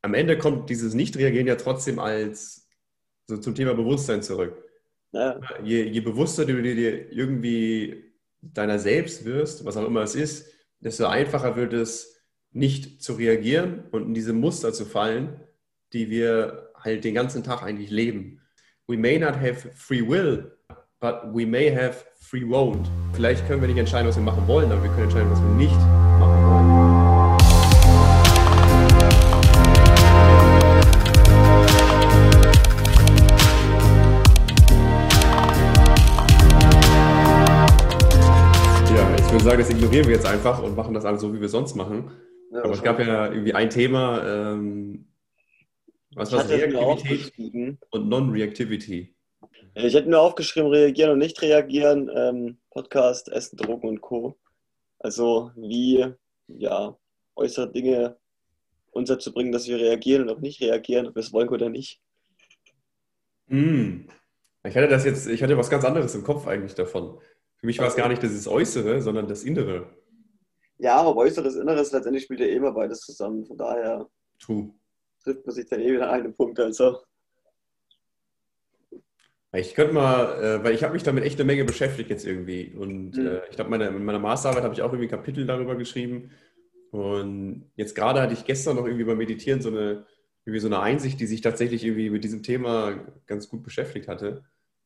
am Ende kommt dieses Nicht-Reagieren ja trotzdem als so zum Thema Bewusstsein zurück. Ja, Je bewusster du dir irgendwie deiner selbst wirst, was auch immer es ist, desto einfacher wird es, nicht zu reagieren und in diese Muster zu fallen, die wir halt den ganzen Tag eigentlich leben. We may not have free will, but we may have free won't. Vielleicht können wir nicht entscheiden, was wir machen wollen, aber wir können entscheiden, was wir nicht machen wollen. Ich würde sagen, das ignorieren wir jetzt einfach und machen das alles so, wie wir es sonst machen. ja, Aber es gab ja irgendwie ein Thema, was ich war es? hatte es mir Reaktivität aufgeschrieben. und Non-Reactivity. Ich hätte mir aufgeschrieben, reagieren und nicht reagieren. Podcast, Essen, Drogen und Co. Also wie ja, äußere Dinge uns dazu bringen, dass wir reagieren und auch nicht reagieren, ob wir es wollen oder nicht. Hm. Ich hatte was ganz anderes im Kopf eigentlich davon. Für mich war es gar nicht das Äußere, sondern das Innere. Ja, aber äußeres, inneres, letztendlich spielt ja eh immer beides zusammen. Von daher True. trifft man sich dann eh wieder an einem Punkt. Also. Ich könnte mal, weil ich habe mich damit echt eine Menge beschäftigt jetzt irgendwie. Und ich glaube, in meiner Masterarbeit habe ich auch irgendwie ein Kapitel darüber geschrieben. Und jetzt gerade hatte ich gestern noch irgendwie beim Meditieren irgendwie so eine Einsicht, die sich tatsächlich irgendwie mit diesem Thema ganz gut beschäftigt hatte.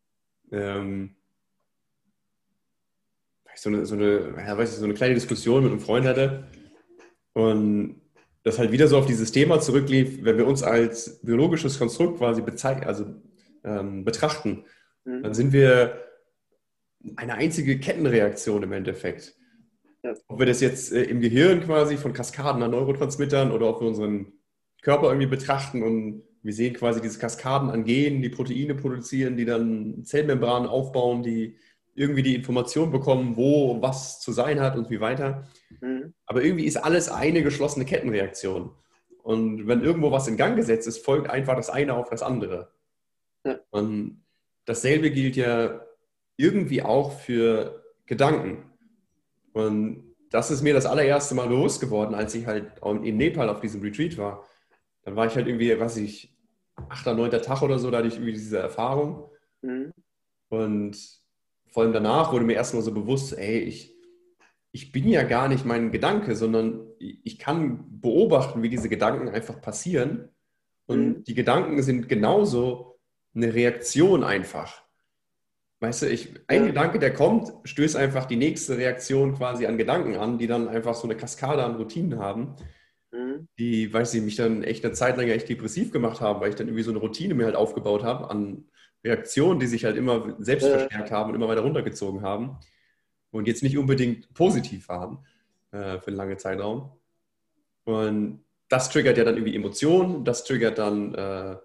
So eine kleine Diskussion mit einem Freund hatte und das halt wieder so auf dieses Thema zurücklief, wenn wir uns als biologisches Konstrukt quasi betrachten, dann sind wir eine einzige Kettenreaktion im Endeffekt. Ja. Ob wir das jetzt im Gehirn quasi von Kaskaden an Neurotransmittern oder ob wir unseren Körper irgendwie betrachten und wir sehen quasi diese Kaskaden an Genen, die Proteine produzieren, die dann Zellmembranen aufbauen, die irgendwie die Information bekommen, wo was zu sein hat und wie weiter. Aber irgendwie ist alles eine geschlossene Kettenreaktion. Und wenn irgendwo was in Gang gesetzt ist, folgt einfach das eine auf das andere. Ja. Und dasselbe gilt ja irgendwie auch für Gedanken. Und das ist mir das allererste Mal bewusst geworden, als ich halt in Nepal auf diesem Retreat war. Dann war ich halt irgendwie, 8., 9. Tag oder so, da hatte ich irgendwie diese Erfahrung. Und vor allem danach wurde mir erstmal so bewusst, ey, ich bin ja gar nicht mein Gedanke, sondern ich kann beobachten, wie diese Gedanken einfach passieren. Und die Gedanken sind genauso eine Reaktion einfach. Weißt du, ein Gedanke, der kommt, stößt einfach die nächste Reaktion quasi an Gedanken an, die dann einfach so eine Kaskade an Routinen haben, die, mich dann echt eine Zeit lang echt depressiv gemacht haben, weil ich dann irgendwie so eine Routine mir halt aufgebaut habe an Reaktionen, die sich halt immer selbst verstärkt haben und immer weiter runtergezogen haben und jetzt nicht unbedingt positiv waren für einen langen Zeitraum. Und das triggert ja dann irgendwie Emotionen, das triggert dann,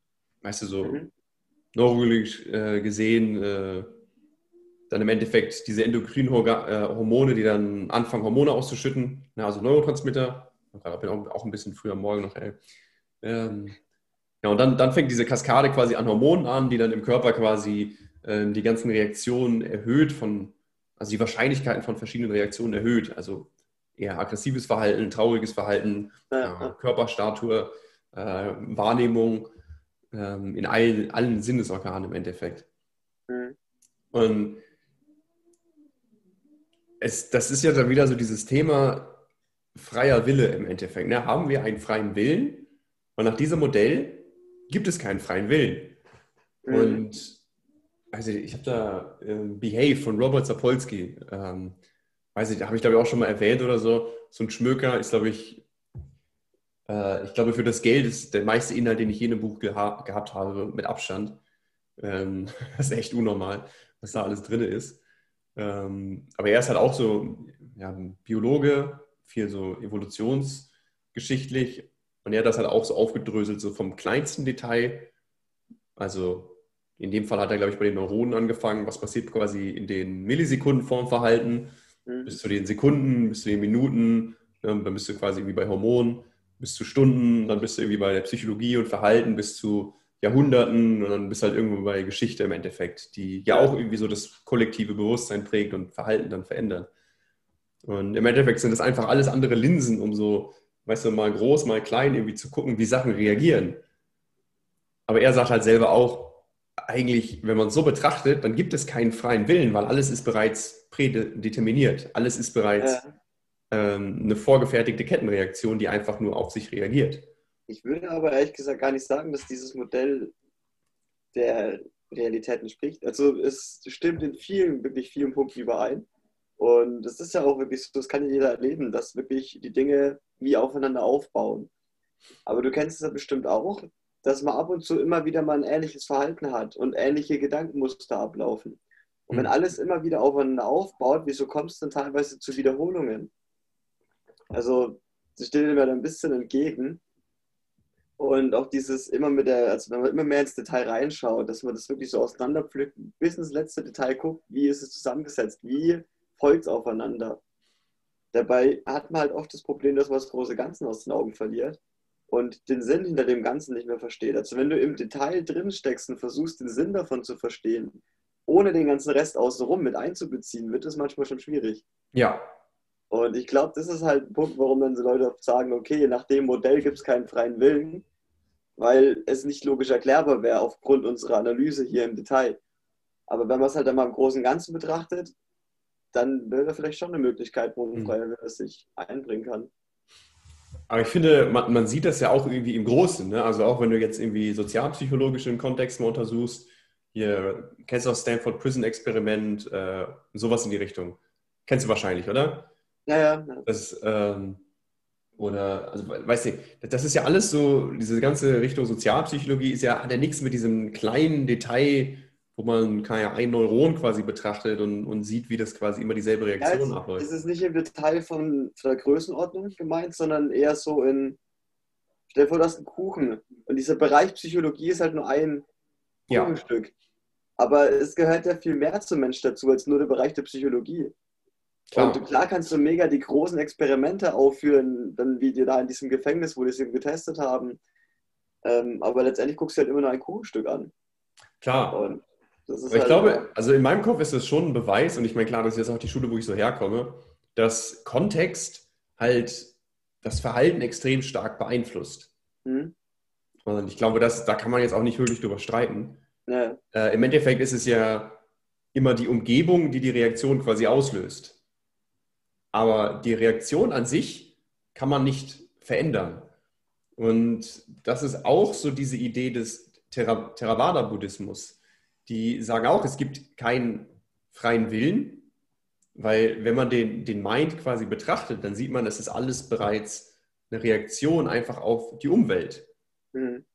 neurologisch gesehen, dann im Endeffekt diese endokrinen Hormone, die dann anfangen, Hormone auszuschütten, also Neurotransmitter. Ich bin auch ein bisschen früh am Morgen noch, ey. Ja, und dann fängt diese Kaskade quasi an Hormonen an, die dann im Körper quasi die ganzen Reaktionen erhöht, also die Wahrscheinlichkeiten von verschiedenen Reaktionen erhöht. Also eher aggressives Verhalten, trauriges Verhalten, Körperstatur, Wahrnehmung in allen Sinnesorganen im Endeffekt. Und das ist ja dann wieder so dieses Thema freier Wille im Endeffekt. Ne? Haben wir einen freien Willen? Und nach diesem Modell gibt es keinen freien Willen. Und also ich habe da Behave von Robert Sapolsky, da habe ich glaube ich auch schon mal erwähnt oder so. So ein Schmöker ist, glaube ich glaube für das Geld ist der meiste Inhalt, den ich je in einem Buch gehabt habe, mit Abstand. Das ist echt unnormal, was da alles drin ist. Aber er ist halt auch so ein Biologe, viel so evolutionsgeschichtlich. Und er hat das halt auch so aufgedröselt, so vom kleinsten Detail. Also in dem Fall hat er, glaube ich, bei den Neuronen angefangen. Was passiert quasi in den Millisekunden vorm Verhalten, bis zu den Sekunden, bis zu den Minuten. Dann bist du quasi irgendwie bei Hormonen, bis zu Stunden. Dann bist du irgendwie bei der Psychologie und Verhalten bis zu Jahrhunderten. Und dann bist du halt irgendwo bei Geschichte im Endeffekt, die ja auch irgendwie so das kollektive Bewusstsein prägt und Verhalten dann verändert. Und im Endeffekt sind das einfach alles andere Linsen, um so weißt du, mal groß, mal klein, irgendwie zu gucken, wie Sachen reagieren. Aber er sagt halt selber auch, eigentlich, wenn man es so betrachtet, dann gibt es keinen freien Willen, weil alles ist bereits prädeterminiert. Alles ist bereits Ja. eine vorgefertigte Kettenreaktion, die einfach nur auf sich reagiert. Ich würde aber ehrlich gesagt gar nicht sagen, dass dieses Modell der Realität entspricht. Also es stimmt in vielen, wirklich vielen Punkten überein. Und es ist ja auch wirklich so, das kann ja jeder erleben, dass wirklich die Dinge wie aufeinander aufbauen. Aber du kennst es ja bestimmt auch, dass man ab und zu immer wieder mal ein ähnliches Verhalten hat und ähnliche Gedankenmuster ablaufen. Und wenn Hm. alles immer wieder aufeinander aufbaut, wieso kommt es dann teilweise zu Wiederholungen? Also, das steht mir da ein bisschen entgegen. Und auch dieses immer mit der, also wenn man immer mehr ins Detail reinschaut, dass man das wirklich so auseinanderpflückt, bis ins letzte Detail guckt, wie ist es zusammengesetzt, wie folgt es aufeinander. Dabei hat man halt oft das Problem, dass man das große Ganze aus den Augen verliert und den Sinn hinter dem Ganzen nicht mehr versteht. Also wenn du im Detail drin steckst und versuchst, den Sinn davon zu verstehen, ohne den ganzen Rest außenrum mit einzubeziehen, wird es manchmal schon schwierig. Ja, Und ich glaube, das ist halt ein Punkt, warum dann so Leute oft sagen, okay, nach dem Modell gibt es keinen freien Willen, weil es nicht logisch erklärbar wäre aufgrund unserer Analyse hier im Detail. Aber wenn man es halt einmal im Großen und Ganzen betrachtet, dann wäre da vielleicht schon eine Möglichkeit, wo ein hm. freier Wille sich einbringen kann. Aber ich finde, man sieht das ja auch irgendwie im Großen. Ne? Also auch wenn du jetzt irgendwie sozialpsychologischen Kontext mal untersuchst, hier kennst du auch Stanford Prison Experiment, sowas in die Richtung. Kennst du wahrscheinlich, oder? Ja, ja, ja. Das, oder, also, weißt du, das ist ja alles so, diese ganze Richtung Sozialpsychologie hat ja nichts mit diesem kleinen Detail, wo man ein Neuron quasi betrachtet und sieht, wie das quasi immer dieselbe Ja, Reaktion jetzt abläuft. ist es nicht im Detail von der Größenordnung gemeint, sondern eher so in, stell dir vor, du hast einen Kuchen und dieser Bereich Psychologie ist halt nur ein Ja, Kuchenstück. Aber es gehört ja viel mehr zum Mensch dazu, als nur der Bereich der Psychologie. Und klar. klar kannst du mega die großen Experimente aufführen, dann wie die da in diesem Gefängnis, wo die es eben getestet haben. Aber letztendlich guckst du halt immer nur ein Kuchenstück an. Klar. Und das ist Aber ich halt, glaube, also in meinem Kopf ist das schon ein Beweis, und ich meine, klar, das ist jetzt auch die Schule, wo ich so herkomme, dass Kontext halt das Verhalten extrem stark beeinflusst. hm, Und ich glaube, da kann man jetzt auch nicht wirklich drüber streiten. ja, Im Endeffekt ist es ja immer die Umgebung, die die Reaktion quasi auslöst. Aber die Reaktion an sich kann man nicht verändern. Und das ist auch so diese Idee des Theravada-Buddhismus. Die sagen auch, es gibt keinen freien Willen, weil wenn man den Mind quasi betrachtet, dann sieht man, es ist alles bereits eine Reaktion einfach auf die Umwelt. hm.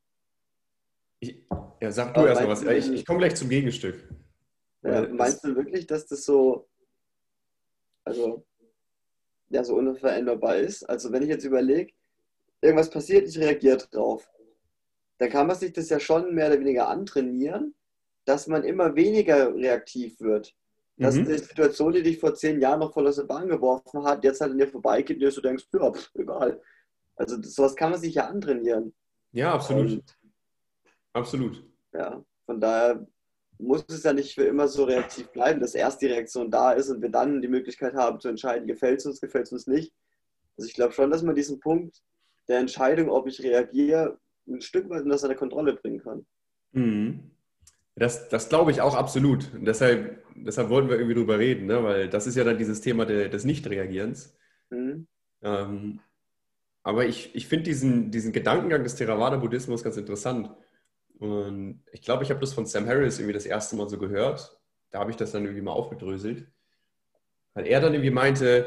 Ja, sag du Aber erstmal meinst was. du Ich denn, komme gleich zum Gegenstück. ja, Weil meinst du wirklich, dass das so, also, ja, so unveränderbar ist? Also, wenn ich jetzt überlege, irgendwas passiert, ich reagiere drauf, dann kann man sich das ja schon mehr oder weniger antrainieren, dass man immer weniger reaktiv wird. Dass die mhm. Situation, die dich vor 10 Jahren noch voll aus der Bahn geworfen hat, jetzt halt an dir vorbeigeht und dir so denkst, ja, pff, egal. Also sowas kann man sich ja antrainieren. Ja, absolut. Und Absolut. ja, von daher muss es ja nicht für immer so reaktiv bleiben, dass erst die Reaktion da ist und wir dann die Möglichkeit haben zu entscheiden, gefällt es uns nicht. Also ich glaube schon, dass man diesen Punkt der Entscheidung, ob ich reagiere, ein Stück weit unter seine Kontrolle bringen kann. Mhm. Das glaube ich auch absolut. Und deshalb wollten wir irgendwie drüber reden, ne? Weil das ist ja dann dieses Thema des Nichtreagierens. Mhm. Ähm, aber ich finde diesen Gedankengang des Theravada-Buddhismus ganz interessant. Und ich glaube, ich habe das von Sam Harris irgendwie das erste Mal so gehört. Da habe ich das dann irgendwie mal aufgedröselt. Weil er dann irgendwie meinte,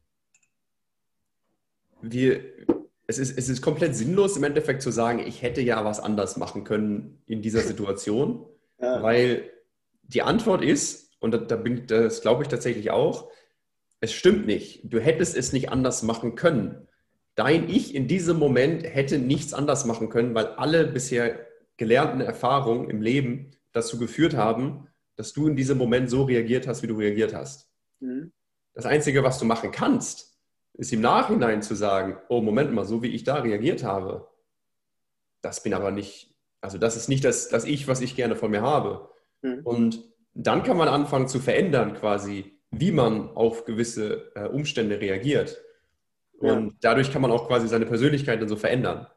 wir, es ist komplett sinnlos im Endeffekt zu sagen, ich hätte ja was anders machen können in dieser Situation, Ja. weil die Antwort ist, und das glaube ich tatsächlich auch, es stimmt nicht. Du hättest es nicht anders machen können. Dein Ich in diesem Moment hätte nichts anders machen können, weil alle bisher gelernten Erfahrungen im Leben dazu geführt haben, dass du in diesem Moment so reagiert hast, wie du reagiert hast. Mhm. Das Einzige, was du machen kannst, ist im Nachhinein zu sagen, oh, Moment mal, so wie ich da reagiert habe, das bin aber nicht, also das ist nicht das Ich, was ich gerne von mir habe. Mhm. Und dann kann man anfangen zu verändern quasi, wie man auf gewisse Umstände reagiert. Ja. Und dadurch kann man auch quasi seine Persönlichkeit dann so verändern.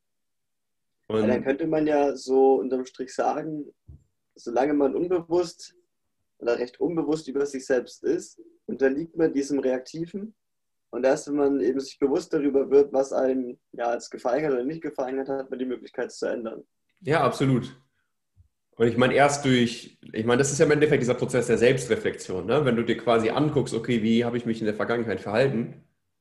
Ja, dann Und könnte man ja so unterm Strich sagen, solange man unbewusst oder recht unbewusst über sich selbst ist, unterliegt man diesem Reaktiven. Und erst wenn man eben sich bewusst darüber wird, was einem ja als gefallen hat oder nicht gefallen hat, hat man die Möglichkeit, es zu ändern. ja, absolut. Und ich meine, das ist ja im Endeffekt dieser Prozess der Selbstreflexion, ne? Wenn du dir quasi anguckst, okay, wie habe ich mich in der Vergangenheit verhalten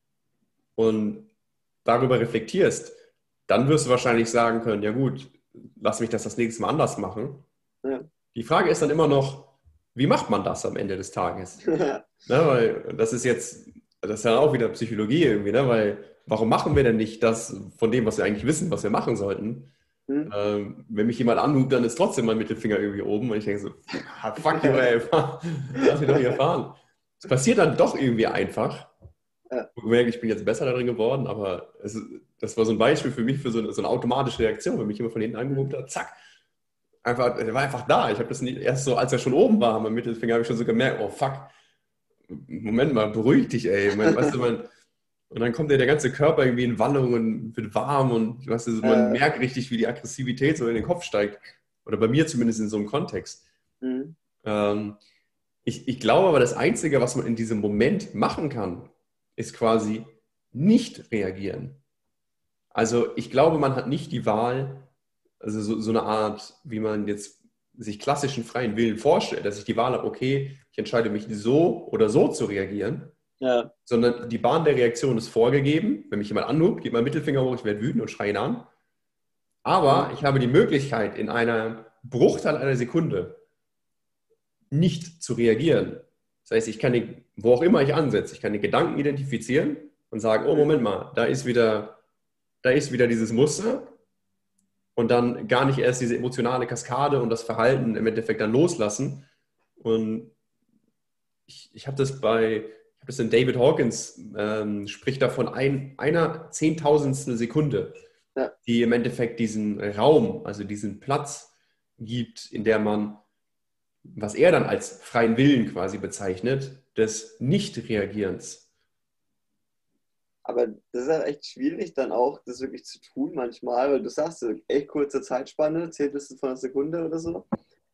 und darüber reflektierst, dann wirst du wahrscheinlich sagen können, ja gut, lass mich das nächste Mal anders machen. Ja. Die Frage ist dann immer noch, wie macht man das am Ende des Tages? Ne, weil das ist ja auch wieder Psychologie irgendwie, ne? Weil warum machen wir denn nicht das von dem, was wir eigentlich wissen, was wir machen sollten? Hm? Wenn mich jemand anhubt, dann ist trotzdem mein Mittelfinger irgendwie oben und ich denke so, fuck you, ey, lass mich doch hier fahren. Es passiert dann doch irgendwie einfach. Ja. Ich bin jetzt besser darin geworden, aber das war so ein Beispiel für mich für so eine automatische Reaktion, wenn mich jemand von hinten angehubt hat, zack, er war einfach da. Ich habe das nicht, erst so, als er schon oben war, mein Mittelfinger, habe ich schon so gemerkt, oh fuck, Moment mal, beruhig dich, ey. Weißt du, und dann kommt der ganze Körper irgendwie in Wallung und wird warm und weißt du, man merkt richtig, wie die Aggressivität so in den Kopf steigt. Oder bei mir zumindest in so einem Kontext. Mhm. Ich glaube aber, das Einzige, was man in diesem Moment machen kann, ist quasi nicht reagieren. Also ich glaube, man hat nicht die Wahl, also so eine Art, wie man jetzt sich klassischen freien Willen vorstellt, dass ich die Wahl habe, okay, ich entscheide mich so oder so zu reagieren, Ja. sondern die Bahn der Reaktion ist vorgegeben. Wenn mich jemand anhubt, geht mein Mittelfinger hoch, ich werde wütend und schreie ihn an. Aber ich habe die Möglichkeit, in einer Bruchteil einer Sekunde nicht zu reagieren. Das heißt, ich kann, wo auch immer ich ansetze, ich kann den Gedanken identifizieren und sagen, oh, Moment mal, da ist wieder dieses Muster und dann gar nicht erst diese emotionale Kaskade und das Verhalten im Endeffekt dann loslassen. Und ich habe das in David Hawkins, spricht davon einer Zehntausendstel Sekunde, Ja. die im Endeffekt diesen Raum, also diesen Platz gibt, in der man, was er dann als freien Willen quasi bezeichnet, des Nicht-Reagierens. Aber das ist ja echt schwierig, dann auch das wirklich zu tun manchmal, weil du sagst, so echt kurze Zeitspanne, Zehntel von einer Sekunde oder so.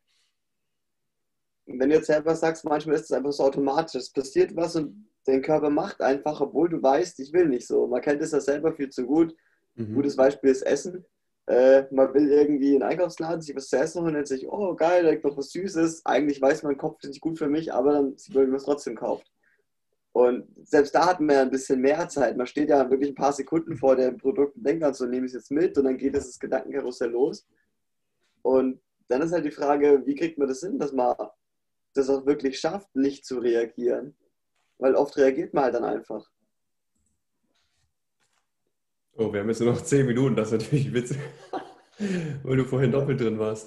Und wenn du jetzt selber sagst, manchmal ist es einfach so automatisch, es passiert was und dein Körper macht einfach, obwohl du weißt, ich will nicht so. Man kennt es ja selber viel zu gut. Gutes Beispiel ist Essen. Man will irgendwie in den Einkaufsladen sich was zu essen holen und denkt sich, oh geil, da liegt noch was Süßes. Eigentlich weiß mein Kopf, das ist nicht gut für mich, aber dann sieht man, wie man es trotzdem kauft. Und selbst da hat man ja ein bisschen mehr Zeit. Man steht ja wirklich ein paar Sekunden vor dem Produkt und denkt dann so, nehme ich es jetzt mit und dann geht das Gedankenkarussell los. Und dann ist halt die Frage, wie kriegt man das hin, dass man das auch wirklich schafft, nicht zu reagieren? Weil oft reagiert man halt dann einfach. Oh, wir haben jetzt nur noch 10 Minuten, das ist natürlich witzig, weil du vorhin doppelt drin warst.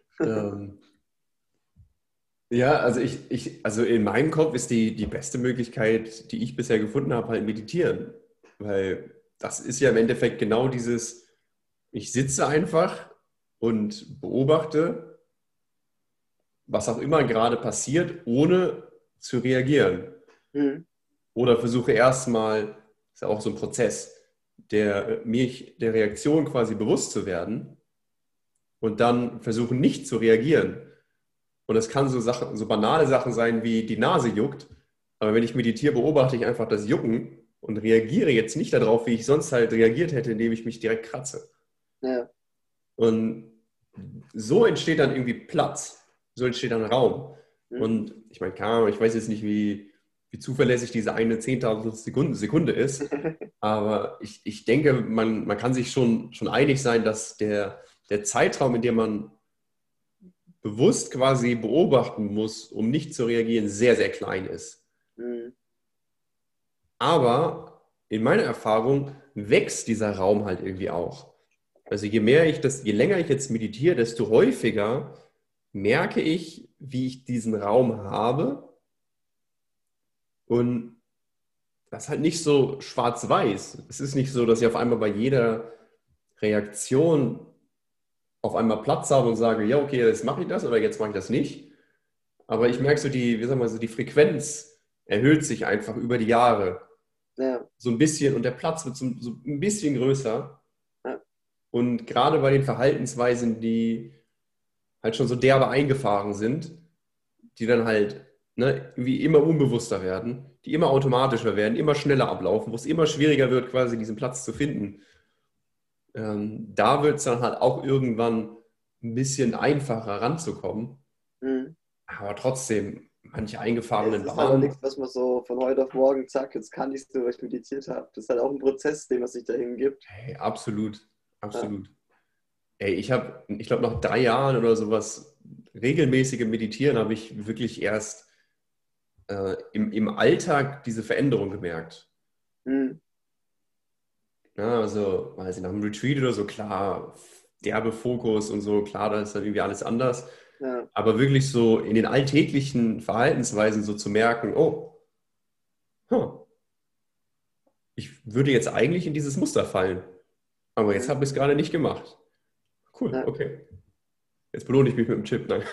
Ja, also in meinem Kopf ist die beste Möglichkeit, die ich bisher gefunden habe, halt meditieren. Weil das ist ja im Endeffekt genau dieses, ich sitze einfach und beobachte, was auch immer gerade passiert, ohne zu reagieren. Mhm. Oder versuche erstmal, ist ja auch so ein Prozess, der Reaktion quasi bewusst zu werden und dann versuchen nicht zu reagieren. Und es kann so banale Sachen sein, wie die Nase juckt. Aber wenn ich meditiere, beobachte ich einfach das Jucken und reagiere jetzt nicht darauf, wie ich sonst halt reagiert hätte, indem ich mich direkt kratze. Ja. Und so entsteht dann irgendwie Platz. So entsteht dann Raum. Mhm. Und ich meine, ich weiß jetzt nicht, wie zuverlässig diese eine Zehntausendstel Sekunde ist. Aber ich denke, man kann sich schon einig sein, dass der Zeitraum, in dem man bewusst quasi beobachten muss, um nicht zu reagieren, sehr, sehr klein ist. Mhm. Aber in meiner Erfahrung wächst dieser Raum halt irgendwie auch. Also je länger ich jetzt meditiere, desto häufiger merke ich, wie ich diesen Raum habe. Und das ist halt nicht so schwarz-weiß. Es ist nicht so, dass ich auf einmal bei jeder Reaktion auf einmal Platz habe und sage, ja, okay, jetzt mache ich das oder jetzt mache ich das nicht. Aber ich merke so wie sagen wir so, die Frequenz erhöht sich einfach über die Jahre. Ja. so ein bisschen und der Platz wird so ein bisschen größer. Ja. Und gerade bei den Verhaltensweisen, die halt schon so derbe eingefahren sind, die dann halt irgendwie immer unbewusster werden, die immer automatischer werden, immer schneller ablaufen, wo es immer schwieriger wird, quasi diesen Platz zu finden. Da wird es dann halt auch irgendwann ein bisschen einfacher ranzukommen. Mhm. Aber trotzdem, manche Es eingefahrenen ist halt auch Bahnen. nichts, was man so von heute auf morgen, zack, jetzt kann ich es, weil ich meditiert habe. Das ist halt auch ein Prozess, den man sich dahin gibt. Hey, absolut, Ja. absolut. Ey, ich glaube, nach 3 Jahren oder sowas regelmäßige Meditieren habe ich wirklich erst im Alltag diese Veränderung gemerkt. Mhm. Ja, also, weiß ich, nach dem Retreat oder so, klar, derbe Fokus und so, klar, da ist dann irgendwie alles anders. Ja. Aber wirklich so in den alltäglichen Verhaltensweisen so zu merken, oh, huh, ich würde jetzt eigentlich in dieses Muster fallen, aber jetzt Mhm. habe ich es gerade nicht gemacht. Cool, Ja. okay. Jetzt belohne ich mich mit dem Chip. Nein.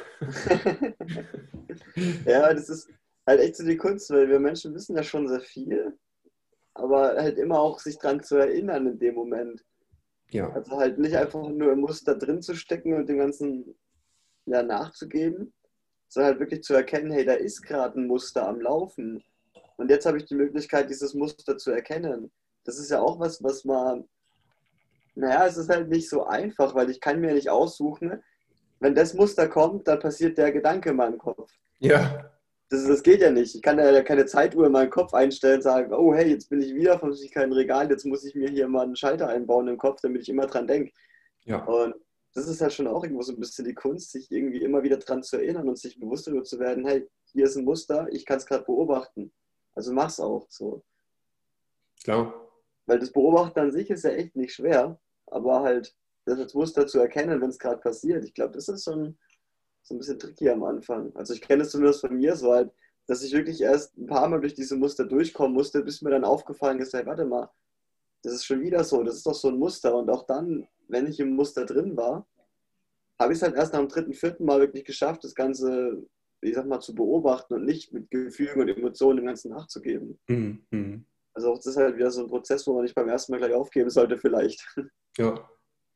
Ja, das ist halt echt so die Kunst, weil wir Menschen wissen ja schon sehr viel, aber halt immer auch sich dran zu erinnern in dem Moment. Ja, Also halt nicht einfach nur im Muster drin zu stecken und dem Ganzen ja nachzugeben, sondern halt wirklich zu erkennen, hey, da ist gerade ein Muster am Laufen. Und jetzt habe ich die Möglichkeit, dieses Muster zu erkennen. Das ist ja auch was, was man, naja, es ist halt nicht so einfach, weil ich kann mir nicht aussuchen, wenn das Muster kommt, dann passiert der Gedanke in meinem Kopf. ja, Das geht ja nicht. Ich kann ja keine Zeituhr in meinen Kopf einstellen und sagen, oh hey, jetzt bin ich wieder vom Süßigkeitenregal, jetzt muss ich mir hier mal einen Schalter einbauen im Kopf, damit ich immer dran denke. ja, Und das ist halt schon auch irgendwo so ein bisschen die Kunst, sich irgendwie immer wieder dran zu erinnern und sich bewusst darüber zu werden, hey, hier ist ein Muster, ich kann es gerade beobachten. Also mach's auch so. klar. Weil das Beobachten an sich ist ja echt nicht schwer, aber halt das als Muster zu erkennen, wenn es gerade passiert, ich glaube, das ist schon so ein bisschen tricky am Anfang. Also ich kenne es zumindest von mir so halt, dass ich wirklich erst ein paar Mal durch diese Muster durchkommen musste, bis mir dann aufgefallen ist, hey, warte mal, das ist schon wieder so, das ist doch so ein Muster. Und auch dann, wenn ich im Muster drin war, habe ich es halt erst nach dem dritten, vierten Mal wirklich geschafft, das Ganze, ich sag mal, zu beobachten und nicht mit Gefühlen und Emotionen dem Ganzen nachzugeben. Mhm. Mhm. Also auch das ist halt wieder so ein Prozess, wo man nicht beim ersten Mal gleich aufgeben sollte, vielleicht. Ja.